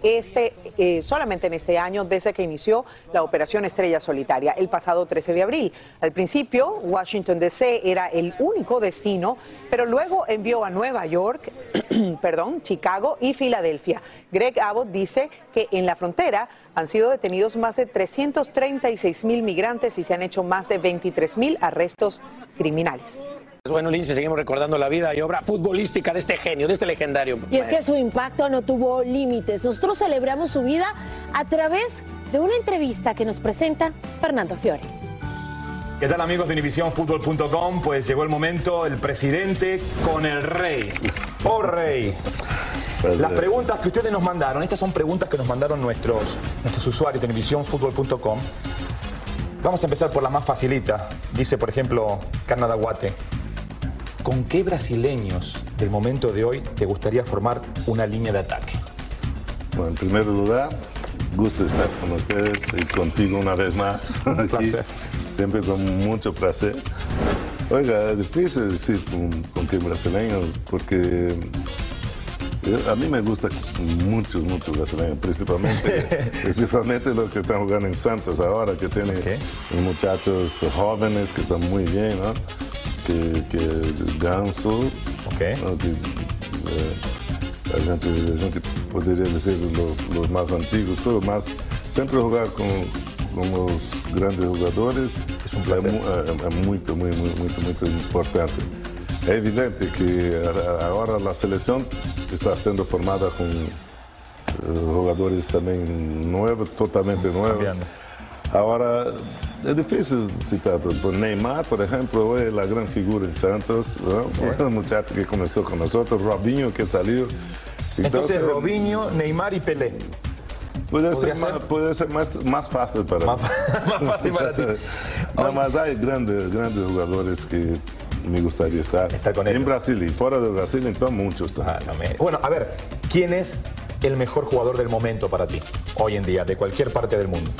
de solamente en este año, desde que inició la operación Estrella Solitaria el pasado 13 de abril. Al principio, Washington D.C. era el único destino, pero luego envió a Nueva York, Chicago y Filadelfia. Greg Abbott dice que en la frontera han sido detenidos más de 336,000 migrantes y se han hecho más de 23,000 arrestos criminales. Bueno, Lince, seguimos recordando la vida y obra futbolística de este genio, de este legendario maestro. Y es que su impacto no tuvo límites. Nosotros celebramos su vida a través de una entrevista que nos presenta Fernando Fiore. ¿Qué tal, amigos de UnivisionFootball.com? Pues llegó el momento, el presidente con el rey. ¡Oh, rey! Las preguntas que ustedes nos mandaron, estas son preguntas que nos mandaron nuestros usuarios de UnivisionFootball.com. Vamos a empezar por la más facilita. Dice, por ejemplo, Canadá Guate: ¿con qué brasileños del momento de hoy te gustaría formar una línea de ataque? Bueno, en primer lugar, gusto estar con ustedes y contigo una vez más. Un placer. Siempre con mucho placer. Oiga, es difícil decir con qué brasileño, porque a mí me gustan muchos brasileños, principalmente los que están jugando en Santos ahora, que tienen muchachos jóvenes que están muy bien, ¿no? Que Ganso, ¿no? La gente podría decir los más antiguos, pero más siempre jugar con los grandes jugadores es un placer. Es muy importante. Es evidente que ahora la selección está siendo formada con jugadores también nuevos, totalmente nuevos. Cambiando. Ahora, es difícil citar. Por Neymar, por ejemplo, es la gran figura en Santos, ¿no? Un muchacho que comenzó con nosotros, Robinho, que salió. Entonces Robinho, Neymar y Pelé. Puede ser más fácil para más fácil para ti. No, más hay grandes jugadores que me gustaría estar con ellos. En Brasil y fuera de Brasil, entonces muchos. Bueno, a ver, ¿quién es el mejor jugador del momento para ti, hoy en día, de cualquier parte del mundo?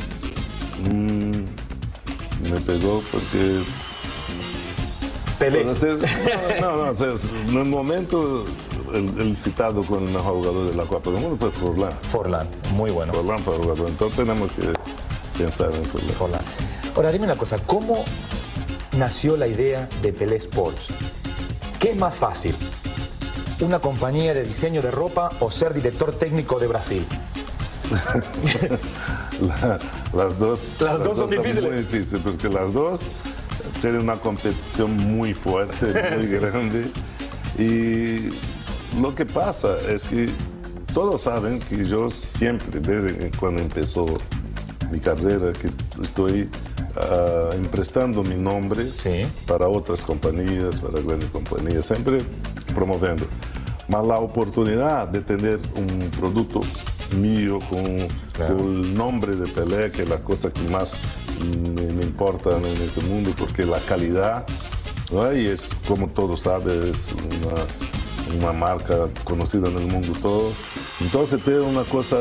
Me pegó porque... Pelé. No, en el momento el citado con el mejor jugador de la Copa del Mundo fue Forlán. Forlán, muy bueno. Forlán fue jugador, entonces tenemos que pensar en Forlán. Ahora, dime una cosa, ¿cómo nació la idea de Pelé Sports? ¿Qué es más fácil? ¿Una compañía de diseño de ropa o ser director técnico de Brasil? Las dos son difíciles. Muy difíciles, porque las dos tienen una competición muy fuerte, muy grande. Y lo que pasa es que todos saben que yo siempre, desde cuando empezó mi carrera, que estoy emprestando mi nombre para otras compañías, para grandes compañías, siempre promoviendo. Mas la oportunidad de tener un producto mío con el nombre de Pelé, que es la cosa que más me importa en este mundo, porque la calidad, ¿no? Y es, como todos saben, es una marca conocida en el mundo todo. Entonces tiene una cosa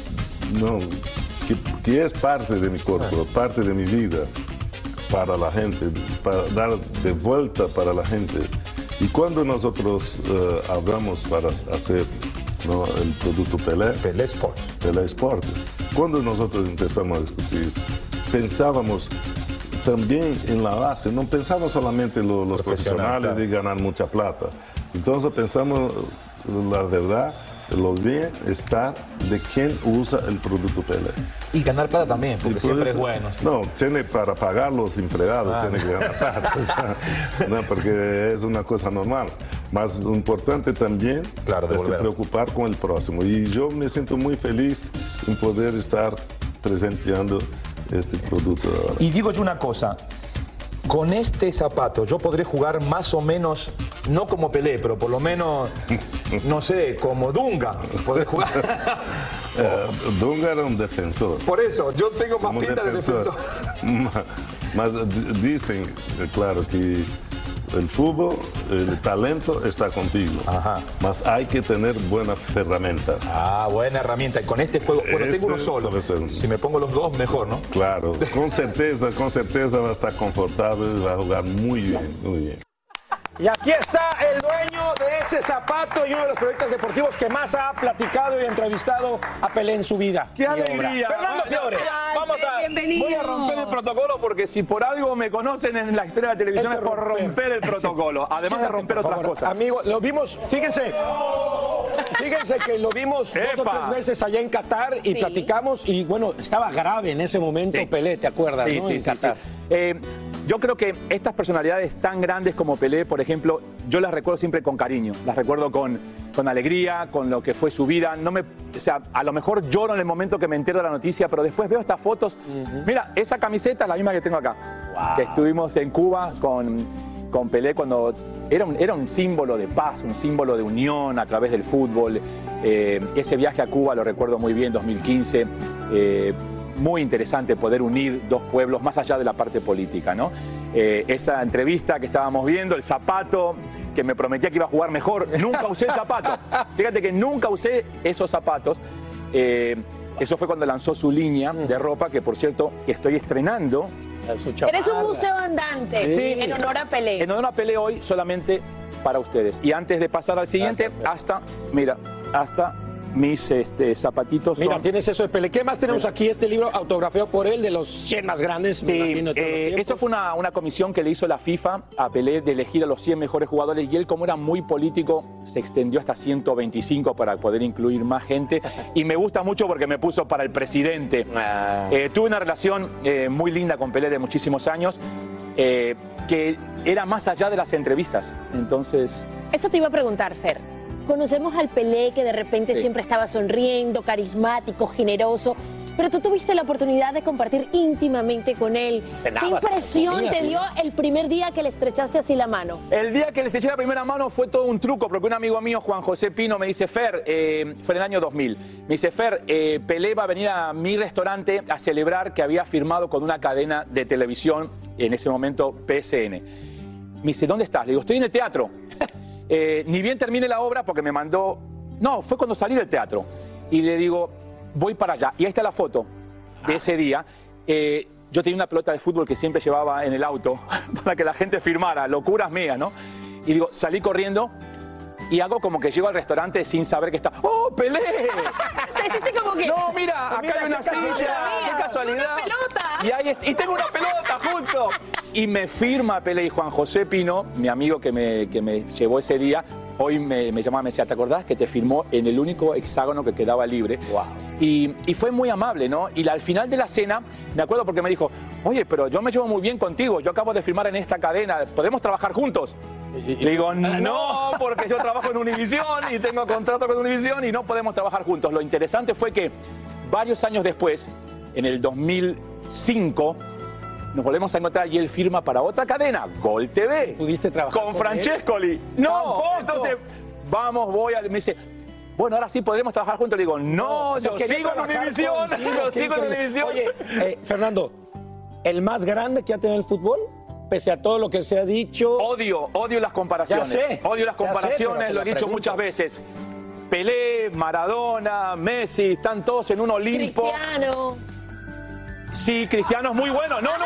que es parte de mi cuerpo, parte de mi vida para la gente, para dar de vuelta para la gente. Y cuando nosotros hablamos para hacer el producto Pelé Sport, cuando nosotros empezamos a discutir, pensábamos también en la base, no pensamos solamente los profesionales de ganar mucha plata. Entonces pensamos, la verdad, lo bien está de quien usa el producto Pelé. Y ganar plata también, porque siempre es bueno. No, tiene para pagar los empleados, tiene que ganar plata. O sea, no, porque es una cosa normal. Más importante también es preocupar con el próximo. Y yo me siento muy feliz en poder estar presenteando este producto ahora. Y digo yo una cosa, con este zapato yo podré jugar más o menos, no como Pelé, pero por lo menos, no sé, como Dunga, podré jugar. Dunga era un defensor. Por eso, yo tengo más pinta de defensor. Más dicen, claro, que el fútbol, el talento está contigo. Mas hay que tener buena herramienta. Buena herramienta. Y con este juego, tengo uno solo. Si me pongo los dos, mejor, ¿no? Claro, con certeza va a estar confortable, va a jugar muy bien, muy bien. Y aquí está el dueño de ese zapato y uno de los proyectos deportivos que más ha platicado y entrevistado a Pelé en su vida. ¡Qué alegría! Fernando Fiore. Voy a romper el protocolo porque si por algo me conocen en la historia de la televisión es por romper el protocolo, además de romper otras cosas. Amigo, lo vimos, fíjense que lo vimos 2 o 3 veces allá en Qatar y platicamos y bueno, estaba grave en ese momento Pelé, ¿te acuerdas? Sí, ¿no? En Qatar. Yo creo que estas personalidades tan grandes como Pelé, por ejemplo, yo las recuerdo siempre con cariño, las recuerdo con alegría, con lo que fue su vida. O sea, a lo mejor lloro en el momento que me entero de la noticia, pero después veo estas fotos. Mira, esa camiseta es la misma que tengo acá, que estuvimos en Cuba con Pelé cuando era un símbolo de paz, un símbolo de unión a través del fútbol. Ese viaje a Cuba lo recuerdo muy bien, 2015. Muy interesante poder unir dos pueblos más allá de la parte política, ¿no? Esa entrevista que estábamos viendo, el zapato, que me prometía que iba a jugar mejor, nunca usé el zapato. Fíjate que nunca usé esos zapatos. Eso fue cuando lanzó su línea de ropa, que por cierto estoy estrenando. Eres un museo andante, en honor a Pelé. En honor a Pelé hoy solamente para ustedes. Y antes de pasar al siguiente, hasta mis zapatitos. Mira, tienes eso de Pelé. ¿Qué más tenemos aquí? Este libro autografiado por él, de los 100 más grandes. Sí, eso fue una comisión que le hizo la FIFA a Pelé de elegir a los 100 mejores jugadores y él, como era muy político, se extendió hasta 125 para poder incluir más gente. Y me gusta mucho porque me puso para el presidente. Tuve una relación muy linda con Pelé de muchísimos años, que era más allá de las entrevistas. Entonces... Esto te iba a preguntar, Fer. Conocemos al Pelé que de repente siempre estaba sonriendo, carismático, generoso, pero tú tuviste la oportunidad de compartir íntimamente con él. ¿Qué impresión te dio el primer día que le estrechaste así la mano? El día que le estreché la primera mano fue todo un truco, porque un amigo mío, Juan José Pino, me dice, Fer, fue en el año 2000, me dice, Fer, Pelé va a venir a mi restaurante a celebrar que había firmado con una cadena de televisión, en ese momento PSN. Me dice, ¿dónde estás? Le digo, estoy en el teatro. Ni bien termine la obra porque me mandó... No, fue cuando salí del teatro. Y le digo, voy para allá. Y ahí está la foto de ese día. Yo tenía una pelota de fútbol que siempre llevaba en el auto para que la gente firmara. Locuras mías, ¿no? Y digo, salí corriendo y hago como que llego al restaurante sin saber que está... ¡Oh, Pelé! Te hiciste como que... No, mira, acá hay una silla. ¡Qué casualidad! ¡Una pelota! Y tengo una pelota justo. Y me firma Pelé y Juan José Pino, mi amigo que me llevó ese día, hoy me llamaba, me decía, ¿te acordás que te firmó en el único hexágono que quedaba libre? Wow. Y fue muy amable, ¿no? Y al final de la cena, me acuerdo porque me dijo, oye, pero yo me llevo muy bien contigo, yo acabo de firmar en esta cadena, ¿podemos trabajar juntos? Le digo, no, porque yo trabajo en Univisión y tengo contrato con Univisión y no podemos trabajar juntos. Lo interesante fue que varios años después, en el 2005, nos volvemos a encontrar y él firma para otra cadena, Gol TV. ¿Pudiste trabajar con Francescoli? No, entonces, me dice, bueno, ahora sí podemos trabajar juntos. Le digo, no, yo sigo en Univisión. Oye, Fernando, ¿el más grande que ha tenido el fútbol? pese a todo lo que se ha dicho. Odio las comparaciones. Ya sé, odio las comparaciones, lo he dicho muchas veces. Pelé, Maradona, Messi, están todos en un Olimpo. Cristiano. Sí, Cristiano es muy bueno. No.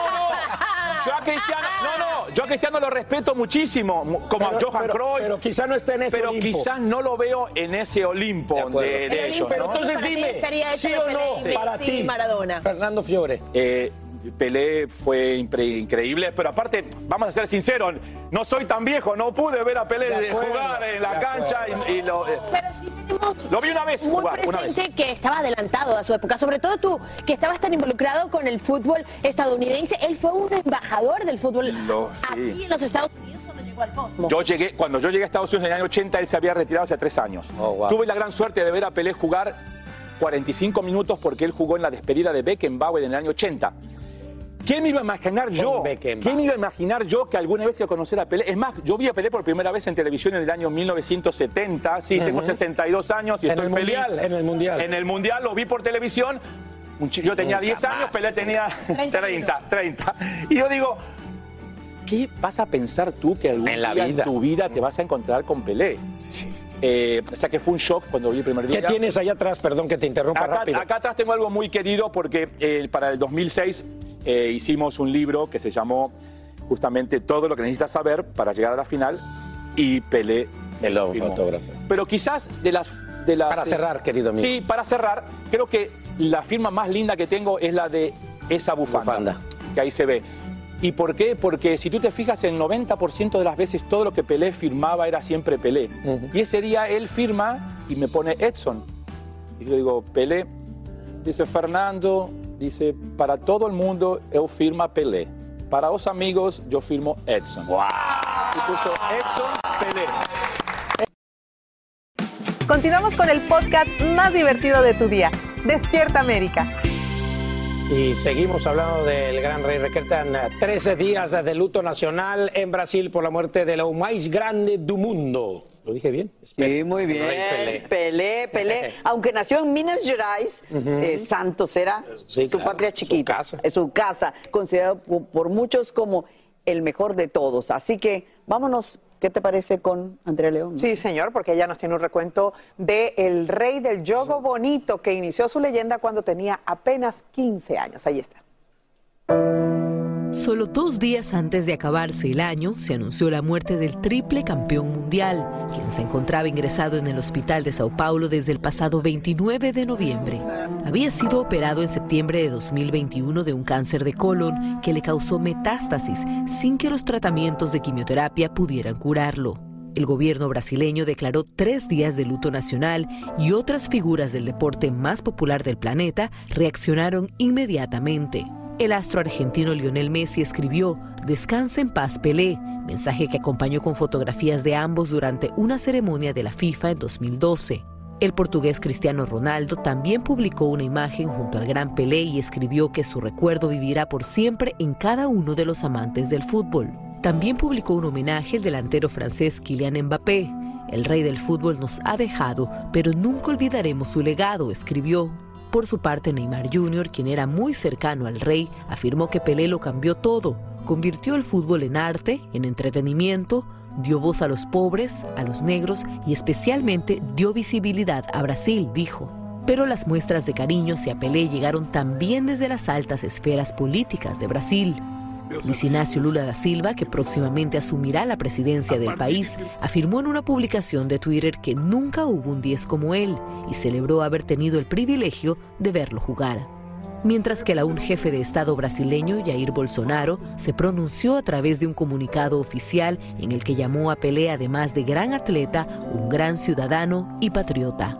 Yo a Cristiano lo respeto muchísimo, como a Johan Cruyff. Pero quizás no está en ese Olimpo. Pero quizás no lo veo en ese Olimpo de ellos. Pero ¿no? entonces dime, ¿sí o no para ti, Maradona? Fernando Fiore? Pelé fue increíble, pero aparte, vamos a ser sinceros, no soy tan viejo, no pude ver a Pelé jugar en la cancha y lo... Pero sí tenemos lo vi una vez muy jugar, presente que estaba adelantado a su época, sobre todo tú, que estabas tan involucrado con el fútbol estadounidense. Él fue un embajador del fútbol aquí en los Estados Unidos cuando llegó al Cosmo. Cuando yo llegué a Estados Unidos en el año 80, él se había retirado hace 3 años. Tuve la gran suerte de ver a Pelé jugar 45 minutos porque él jugó en la despedida de Beckenbauer en el año 80. ¿Quién me iba a imaginar yo? ¿Quién me iba a imaginar yo que alguna vez iba a conocer a Pelé? Es más, yo vi a Pelé por primera vez en televisión en el año 1970. Sí, tengo 62 años y estoy feliz. En el Mundial. En el Mundial lo vi por televisión. Yo tenía 10 años, Pelé tenía 30. Y yo digo, ¿qué vas a pensar tú que algún día en tu vida te vas a encontrar con Pelé? O sea que fue un shock cuando vi el primer día. ¿Qué tienes allá atrás? Perdón que te interrumpa rápido. Acá atrás tengo algo muy querido porque para el 2006 hicimos un libro que se llamó justamente Todo lo que necesitas saber para llegar a la final y Pelé el fotógrafo. Pero quizás de las para cerrar, querido amigo. Sí, para cerrar, creo que la firma más linda que tengo es la de esa bufanda. Que ahí se ve. ¿Y por qué? Porque si tú te fijas, el 90% de las veces todo lo que Pelé firmaba era siempre Pelé. Y ese día él firma y me pone Edson. Y yo digo, Pelé, dice Fernando, dice, para todo el mundo yo firma Pelé. Para los amigos yo firmo Edson. ¡Wow! Y puso Edson, Pelé. Continuamos con el podcast más divertido de tu día, Despierta América. Y seguimos hablando del gran rey. Requetan 13 días de luto nacional en Brasil por la muerte de lo más grande del mundo. ¿Lo dije bien? Sí, muy bien. Pelé. Aunque nació en Minas Gerais, Santos era su patria chiquita. Su casa, considerado por muchos como el mejor de todos. Así que vámonos. ¿Qué te parece con Andrea León? Sí, señor, porque ella nos tiene un recuento de el rey del yogo bonito que inició su leyenda cuando tenía apenas 15 años. Ahí está. Solo 2 días antes de acabarse el año, se anunció la muerte del triple campeón mundial, quien se encontraba ingresado en el hospital de Sao Paulo desde el pasado 29 de noviembre. Había sido operado en septiembre de 2021 de un cáncer de colon que le causó metástasis sin que los tratamientos de quimioterapia pudieran curarlo. El gobierno brasileño declaró 3 días de luto nacional y otras figuras del deporte más popular del planeta reaccionaron inmediatamente. El astro argentino Lionel Messi escribió «Descansa en paz, Pelé», mensaje que acompañó con fotografías de ambos durante una ceremonia de la FIFA en 2012. El portugués Cristiano Ronaldo también publicó una imagen junto al gran Pelé y escribió que su recuerdo vivirá por siempre en cada uno de los amantes del fútbol. También publicó un homenaje al delantero francés Kylian Mbappé. «El rey del fútbol nos ha dejado, pero nunca olvidaremos su legado», escribió. Por su parte, Neymar Jr., quien era muy cercano al rey, afirmó que Pelé lo cambió todo. Convirtió el fútbol en arte, en entretenimiento, dio voz a los pobres, a los negros y especialmente dio visibilidad a Brasil, dijo. Pero las muestras de cariño hacia Pelé llegaron también desde las altas esferas políticas de Brasil. Luis Inácio Lula da Silva, que próximamente asumirá la presidencia del país, afirmó en una publicación de Twitter que nunca hubo un 10 como él y celebró haber tenido el privilegio de verlo jugar. Mientras que el aún jefe de Estado brasileño, Jair Bolsonaro, se pronunció a través de un comunicado oficial en el que llamó a Pelé, además de gran atleta, un gran ciudadano y patriota.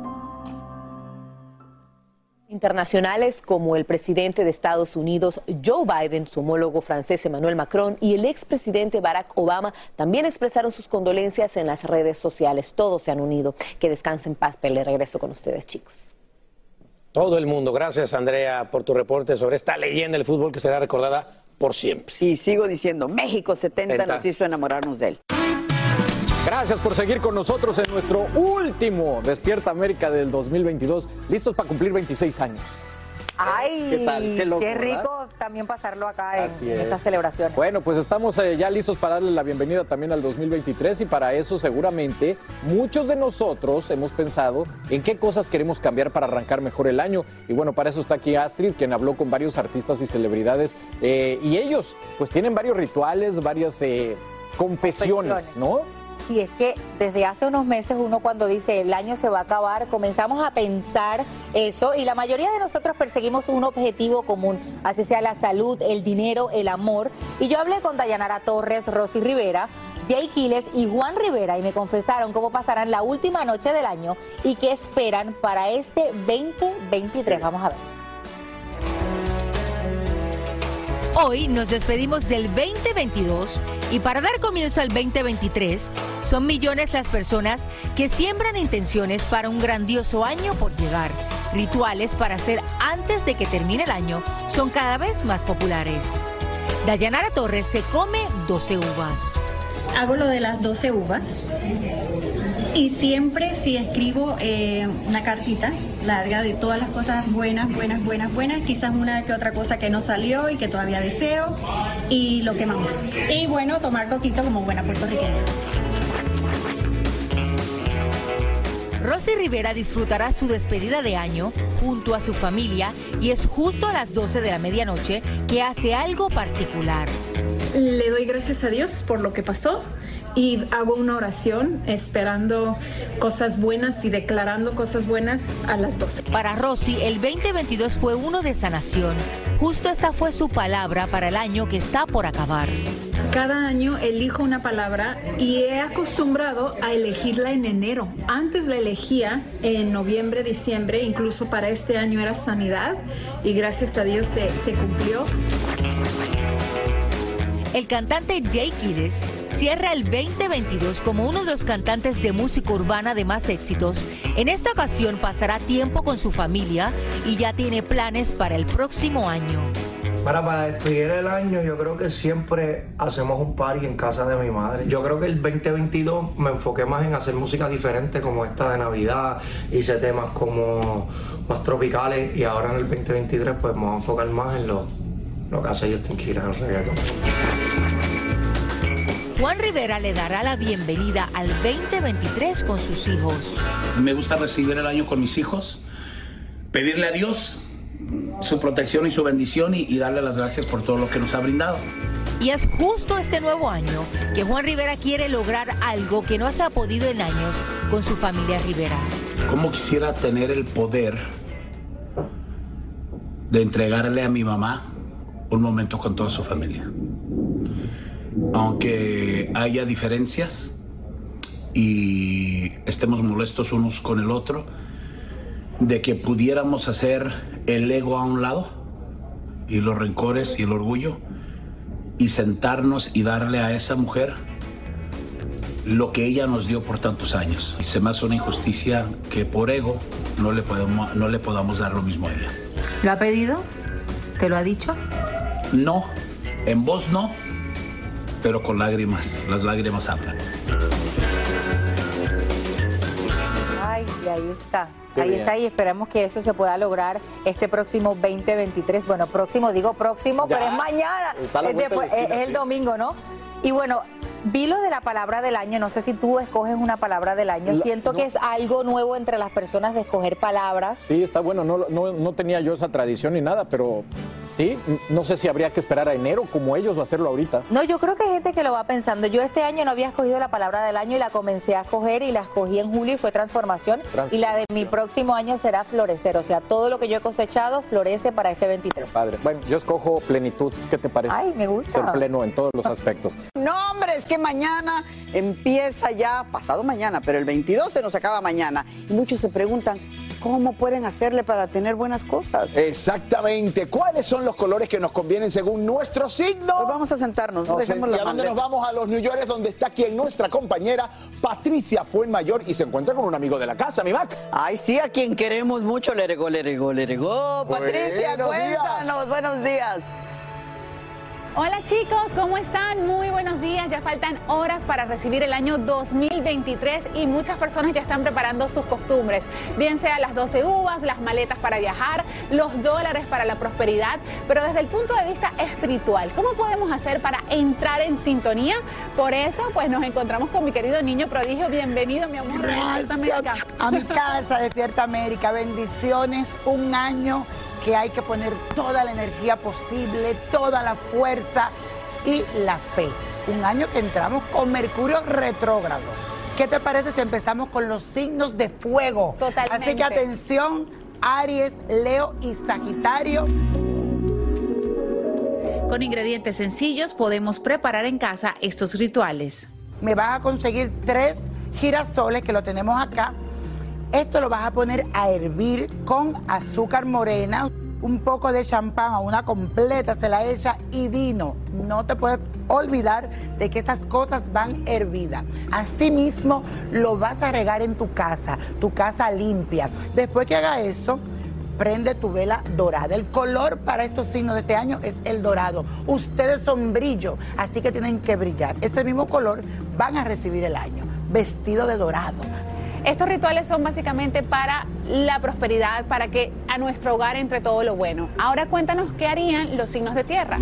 Internacionales como el presidente de Estados Unidos, Joe Biden, su homólogo francés Emmanuel Macron y el expresidente Barack Obama también expresaron sus condolencias en las redes sociales. Todos se han unido. Que descansen en paz, Pelé. Regreso con ustedes, chicos. Todo el mundo. Gracias, Andrea, por tu reporte sobre esta leyenda del fútbol que será recordada por siempre. Y sigo diciendo, México 70 nos hizo enamorarnos de él. Gracias por seguir con nosotros en nuestro último Despierta América del 2022. Listos para cumplir 26 años. Ay, ¿Qué tal? Qué loco, qué rico ¿verdad? también pasarlo acá Así en es. esa celebración. Bueno, pues estamos ya listos para darle la bienvenida también al 2023 y para eso seguramente muchos de nosotros hemos pensado en qué cosas queremos cambiar para arrancar mejor el año. Y bueno, para eso está aquí Astrid, quien habló con varios artistas y celebridades y ellos pues tienen varios rituales, varias confesiones, ¿no? Sí, es que desde hace unos meses uno cuando dice el año se va a acabar, comenzamos a pensar eso y la mayoría de nosotros perseguimos un objetivo común, así sea la salud, el dinero, el amor. Y yo hablé con Dayanara Torres, Rosy Rivera, Jay Quiles y Juan Rivera y me confesaron cómo pasarán la última noche del año y qué esperan para este 2023. Vamos a ver. Hoy nos despedimos del 2022 y para dar comienzo al 2023 son millones las personas que siembran intenciones para un grandioso año por llegar. Rituales para hacer antes de que termine el año son cada vez más populares. Dayanara Torres se come 12 uvas. Hago lo de las 12 uvas y siempre si escribo una cartita larga de todas las cosas buenas, quizás una que otra cosa que no salió y que todavía deseo y lo quemamos. Y bueno, tomar coquito como buena puertorriqueña. Rosy Rivera disfrutará su despedida de año junto a su familia y es justo a las 12 de la medianoche que hace algo particular. Le doy gracias a Dios por lo que pasó y hago una oración esperando cosas buenas y declarando cosas buenas a las 12. Para Rosy, el 2022 fue uno de sanación. Justo esa fue su palabra para el año que está por acabar. Cada año elijo una palabra y he acostumbrado a elegirla en enero. Antes la elegía en noviembre, diciembre, incluso para este año era sanidad y gracias a Dios se cumplió. El cantante Jay Quiles cierra el 2022 como uno de los cantantes de música urbana de más éxitos. En esta ocasión pasará tiempo con su familia y ya tiene planes para el próximo año. Para despedir el año yo creo que siempre hacemos un party en casa de mi madre. Yo creo que el 2022 me enfoqué más en hacer música diferente como esta de Navidad, hice temas como más tropicales y ahora en el 2023 pues me voy a enfocar más en lo que hace Justin Quiles, el reggaetón. Juan Rivera le dará la bienvenida al 2023 con sus hijos. Me gusta recibir el año con mis hijos, pedirle a Dios su protección y su bendición y darle las gracias por todo lo que nos ha brindado. Y es justo este nuevo año que Juan Rivera quiere lograr algo que no se ha podido en años con su familia Rivera. ¿Cómo quisiera tener el poder de entregarle a mi mamá un momento con toda su familia? Aunque haya diferencias y estemos molestos unos con el otro, de que pudiéramos hacer el ego a un lado y los rencores y el orgullo y sentarnos y darle a esa mujer lo que ella nos dio por tantos años. Y se me hace una injusticia que por ego no le podamos dar lo mismo a ella. ¿Lo ha pedido? ¿Te lo ha dicho? No, en voz no, pero con lágrimas. Las lágrimas hablan. Ay, ahí está. Ahí está y esperamos que eso se pueda lograr este próximo 2023. Bueno, digo próximo, Ya, pero es mañana, es el domingo, ¿no? Y bueno, vi lo de la palabra del año, no sé si tú escoges una palabra del año, siento que es algo nuevo entre las personas de escoger palabras. Sí, está bueno, no tenía yo esa tradición ni nada, pero sí, no sé si habría que esperar a enero como ellos o hacerlo ahorita. No, yo creo que hay gente que lo va pensando. Yo este año no había escogido la palabra del año y la comencé a escoger y la escogí en julio y fue transformación. Y la de mi próximo año será florecer, o sea, todo lo que yo he cosechado florece para este 23. Padre. Bueno, yo escojo plenitud, ¿qué te parece? Ay, me gusta. Ser pleno en todos los aspectos. No, hombre, es que mañana empieza ya, pasado mañana, pero el 22 se nos acaba mañana. Y muchos se preguntan, ¿cómo pueden hacerle para tener buenas cosas? Exactamente. ¿Cuáles son los colores que nos convienen según nuestro signo? Pues vamos a sentarnos. ¿Y a dónde nos vamos? A los New York, donde está aquí nuestra compañera Patricia Fuenmayor y se encuentra con un amigo de la casa, mi Mac. Ay, sí, a quien queremos mucho. Let it go. Patricia, cuéntanos. Buenos días. Hola chicos, ¿cómo están? Muy buenos días. Ya faltan horas para recibir el año 2023 y muchas personas ya están preparando sus costumbres, bien sea las 12 uvas, las maletas para viajar, los dólares para la prosperidad, pero desde el punto de vista espiritual, ¿cómo podemos hacer para entrar en sintonía? Por eso, pues nos encontramos con mi querido niño prodigio. Bienvenido, mi amor. Gracias a mi casa, Despierta América. Bendiciones, un año que hay que poner toda la energía posible, toda la fuerza y la fe. Un año que entramos con Mercurio retrógrado. ¿Qué te parece si empezamos con los signos de fuego? Totalmente. Así que atención, Aries, Leo y Sagitario. Con ingredientes sencillos podemos preparar en casa estos rituales. Me vas a conseguir 3 girasoles que lo tenemos acá. Esto lo vas a poner a hervir con azúcar morena, un poco de champán o una completa se la echa y vino. No te puedes olvidar de que estas cosas van hervidas. Asimismo, lo vas a regar en tu casa limpia. Después que haga eso, prende tu vela dorada. El color para estos signos de este año es el dorado. Ustedes son brillo, así que tienen que brillar. Ese mismo color van a recibir el año, vestido de dorado. Estos rituales son básicamente para la prosperidad, para que a nuestro hogar entre todo lo bueno. Ahora cuéntanos qué harían los signos de tierra.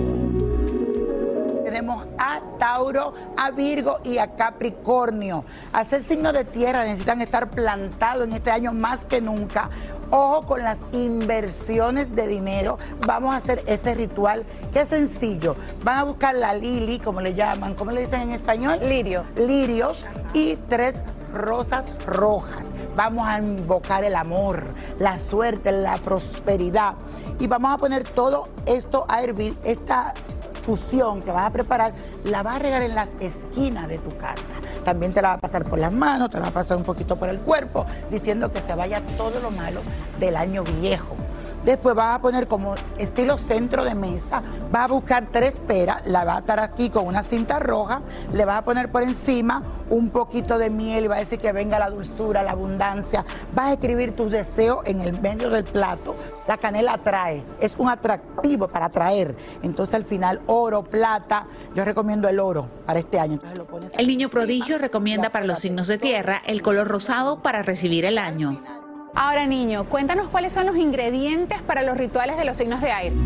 Tenemos a Tauro, a Virgo y a Capricornio. Al ser signos de tierra necesitan estar plantados en este año más que nunca. Ojo con las inversiones de dinero. Vamos a hacer este ritual que es sencillo. Van a buscar la lili, como le llaman, ¿cómo le dicen en español? Lirio. Lirios y 3 rosas rojas. Vamos a invocar el amor, la suerte, la prosperidad. Y vamos a poner todo esto a hervir. Esta fusión que vas a preparar la vas a regar en las esquinas de tu casa. También te la va a pasar por las manos, te la va a pasar un poquito por el cuerpo, diciendo que se vaya todo lo malo del año viejo. Después vas a poner como estilo centro de mesa, vas a buscar 3 peras, la vas a atar aquí con una cinta roja, le vas a poner por encima un poquito de miel y vas a decir que venga la dulzura, la abundancia. Vas a escribir tus deseos en el medio del plato. La canela atrae, es un atractivo para atraer. Entonces al final oro, plata, yo recomiendo el oro para este año. Entonces, lo pones el niño prodigio recomienda para los signos de tierra el color rosado para recibir el año. Ahora, niño, cuéntanos cuáles son los ingredientes para los rituales de los signos de aire.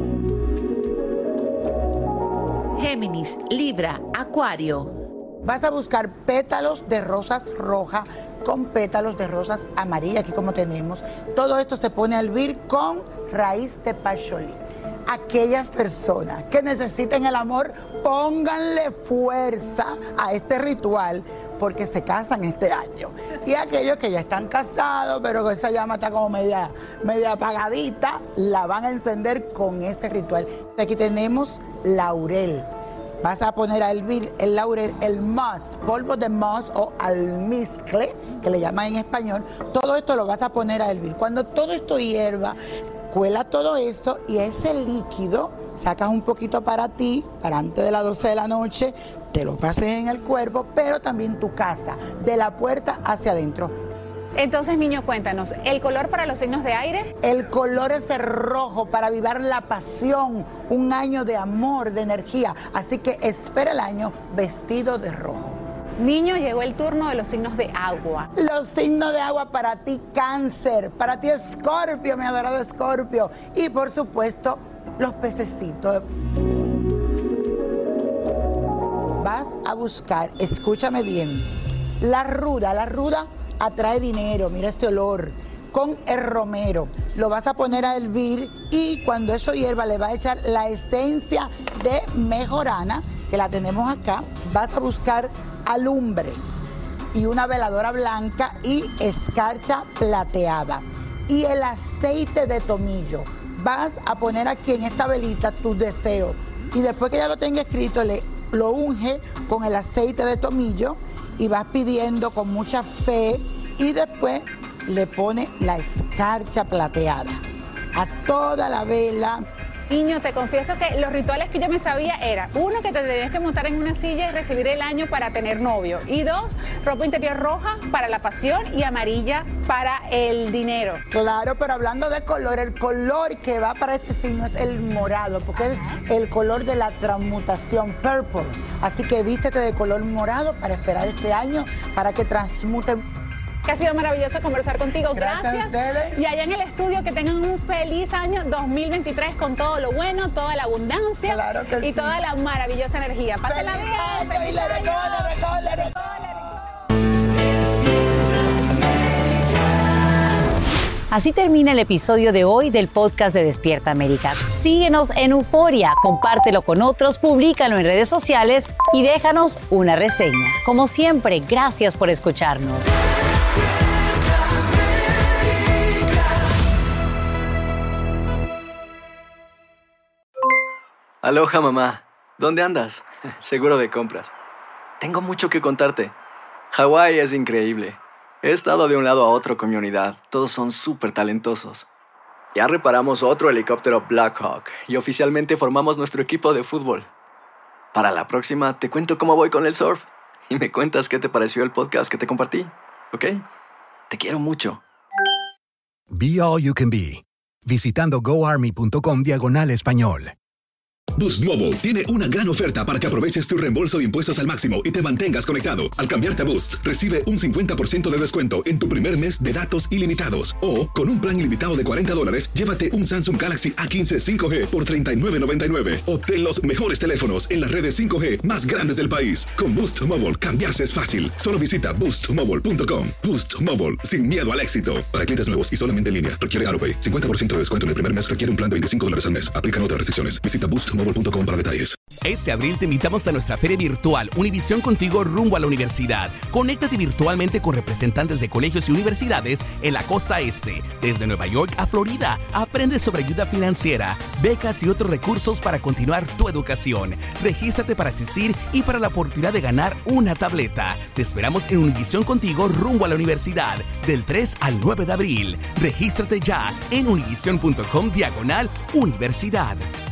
Géminis, Libra, Acuario. Vas a buscar pétalos de rosas rojas con pétalos de rosas amarillas, aquí como tenemos. Todo esto se pone a hervir con raíz de pacholí. Aquellas personas que necesiten el amor, pónganle fuerza a este ritual porque se casan este año. Y aquellos que ya están casados, pero que esa llama está como media apagadita, la van a encender con este ritual. Aquí tenemos laurel. Vas a poner a hervir el laurel, el moss, polvo de moss o almizcle, que le llaman en español. Todo esto lo vas a poner a hervir. Cuando todo esto hierva, cuela todo esto y ese líquido sacas un poquito para ti, para antes de las 12 de la noche, te lo pases en el cuerpo, pero también tu casa, de la puerta hacia adentro. Entonces, niño, cuéntanos, ¿el color para los signos de aire? El color es el rojo para avivar la pasión, un año de amor, de energía. Así que espera el año vestido de rojo. Niño, llegó el turno de los signos de agua. Los signos de agua para ti, Cáncer, para ti, Escorpio, mi adorado Escorpio. Y por supuesto, los pececitos. Vas a buscar, escúchame bien, la ruda atrae dinero, mira ese olor, con el romero. Lo vas a poner a hervir y cuando eso hierva le vas a echar la esencia de mejorana, que la tenemos acá. Vas a buscar alumbre y una veladora blanca y escarcha plateada. Y el aceite de tomillo. Vas a poner aquí en esta velita tus deseos. Y después que ya lo tenga escrito, lo unge con el aceite de tomillo y vas pidiendo con mucha fe y después le pone la escarcha plateada a toda la vela Niño, te confieso que los rituales que yo me sabía era, uno, que te tenías que montar en una silla y recibir el año para tener novio. Y dos, ropa interior roja para la pasión y amarilla para el dinero. Claro, pero hablando de color, el color que va para este signo es el morado, porque es el color de la transmutación, purple. Así que vístete de color morado para esperar este año, para que transmute. Que ha sido maravilloso conversar contigo. Gracias a ustedes. Y allá en el estudio, que tengan un feliz año 2023 con todo lo bueno, toda la abundancia y toda la maravillosa energía. Pásenla bien. ¡Feliz año! Así termina el episodio de hoy del podcast de Despierta América. Síguenos en Euforia, compártelo con otros, públicalo en redes sociales y déjanos una reseña. Como siempre, gracias por escucharnos. Aloha, mamá. ¿Dónde andas? Seguro de compras. Tengo mucho que contarte. Hawái es increíble. He estado de un lado a otro con mi unidad. Todos son súper talentosos. Ya reparamos otro helicóptero Blackhawk y oficialmente formamos nuestro equipo de fútbol. Para la próxima te cuento cómo voy con el surf y me cuentas qué te pareció el podcast que te compartí, ¿ok? Te quiero mucho. Be All You Can Be. Visitando goarmy.com/español. Boost Mobile tiene una gran oferta para que aproveches tu reembolso de impuestos al máximo y te mantengas conectado. Al cambiarte a Boost, recibe un 50% de descuento en tu primer mes de datos ilimitados. O, con un plan ilimitado de $40, llévate un Samsung Galaxy A15 5G por $39.99. Obtén los mejores teléfonos en las redes 5G más grandes del país. Con Boost Mobile, cambiarse es fácil. Solo visita boostmobile.com. Boost Mobile, sin miedo al éxito. Para clientes nuevos y solamente en línea, requiere AutoPay. 50% de descuento en el primer mes requiere un plan de $25 al mes. Aplican otras restricciones. Visita boostmobile.com para detalles. Este abril te invitamos a nuestra feria virtual Univisión Contigo rumbo a la universidad. Conéctate virtualmente con representantes de colegios y universidades en la costa este, desde Nueva York a Florida. Aprende sobre ayuda financiera, becas y otros recursos para continuar tu educación. Regístrate para asistir y para la oportunidad de ganar una tableta. Te esperamos en Univisión Contigo rumbo a la universidad del 3 al 9 de abril. Regístrate ya en univision.com/universidad.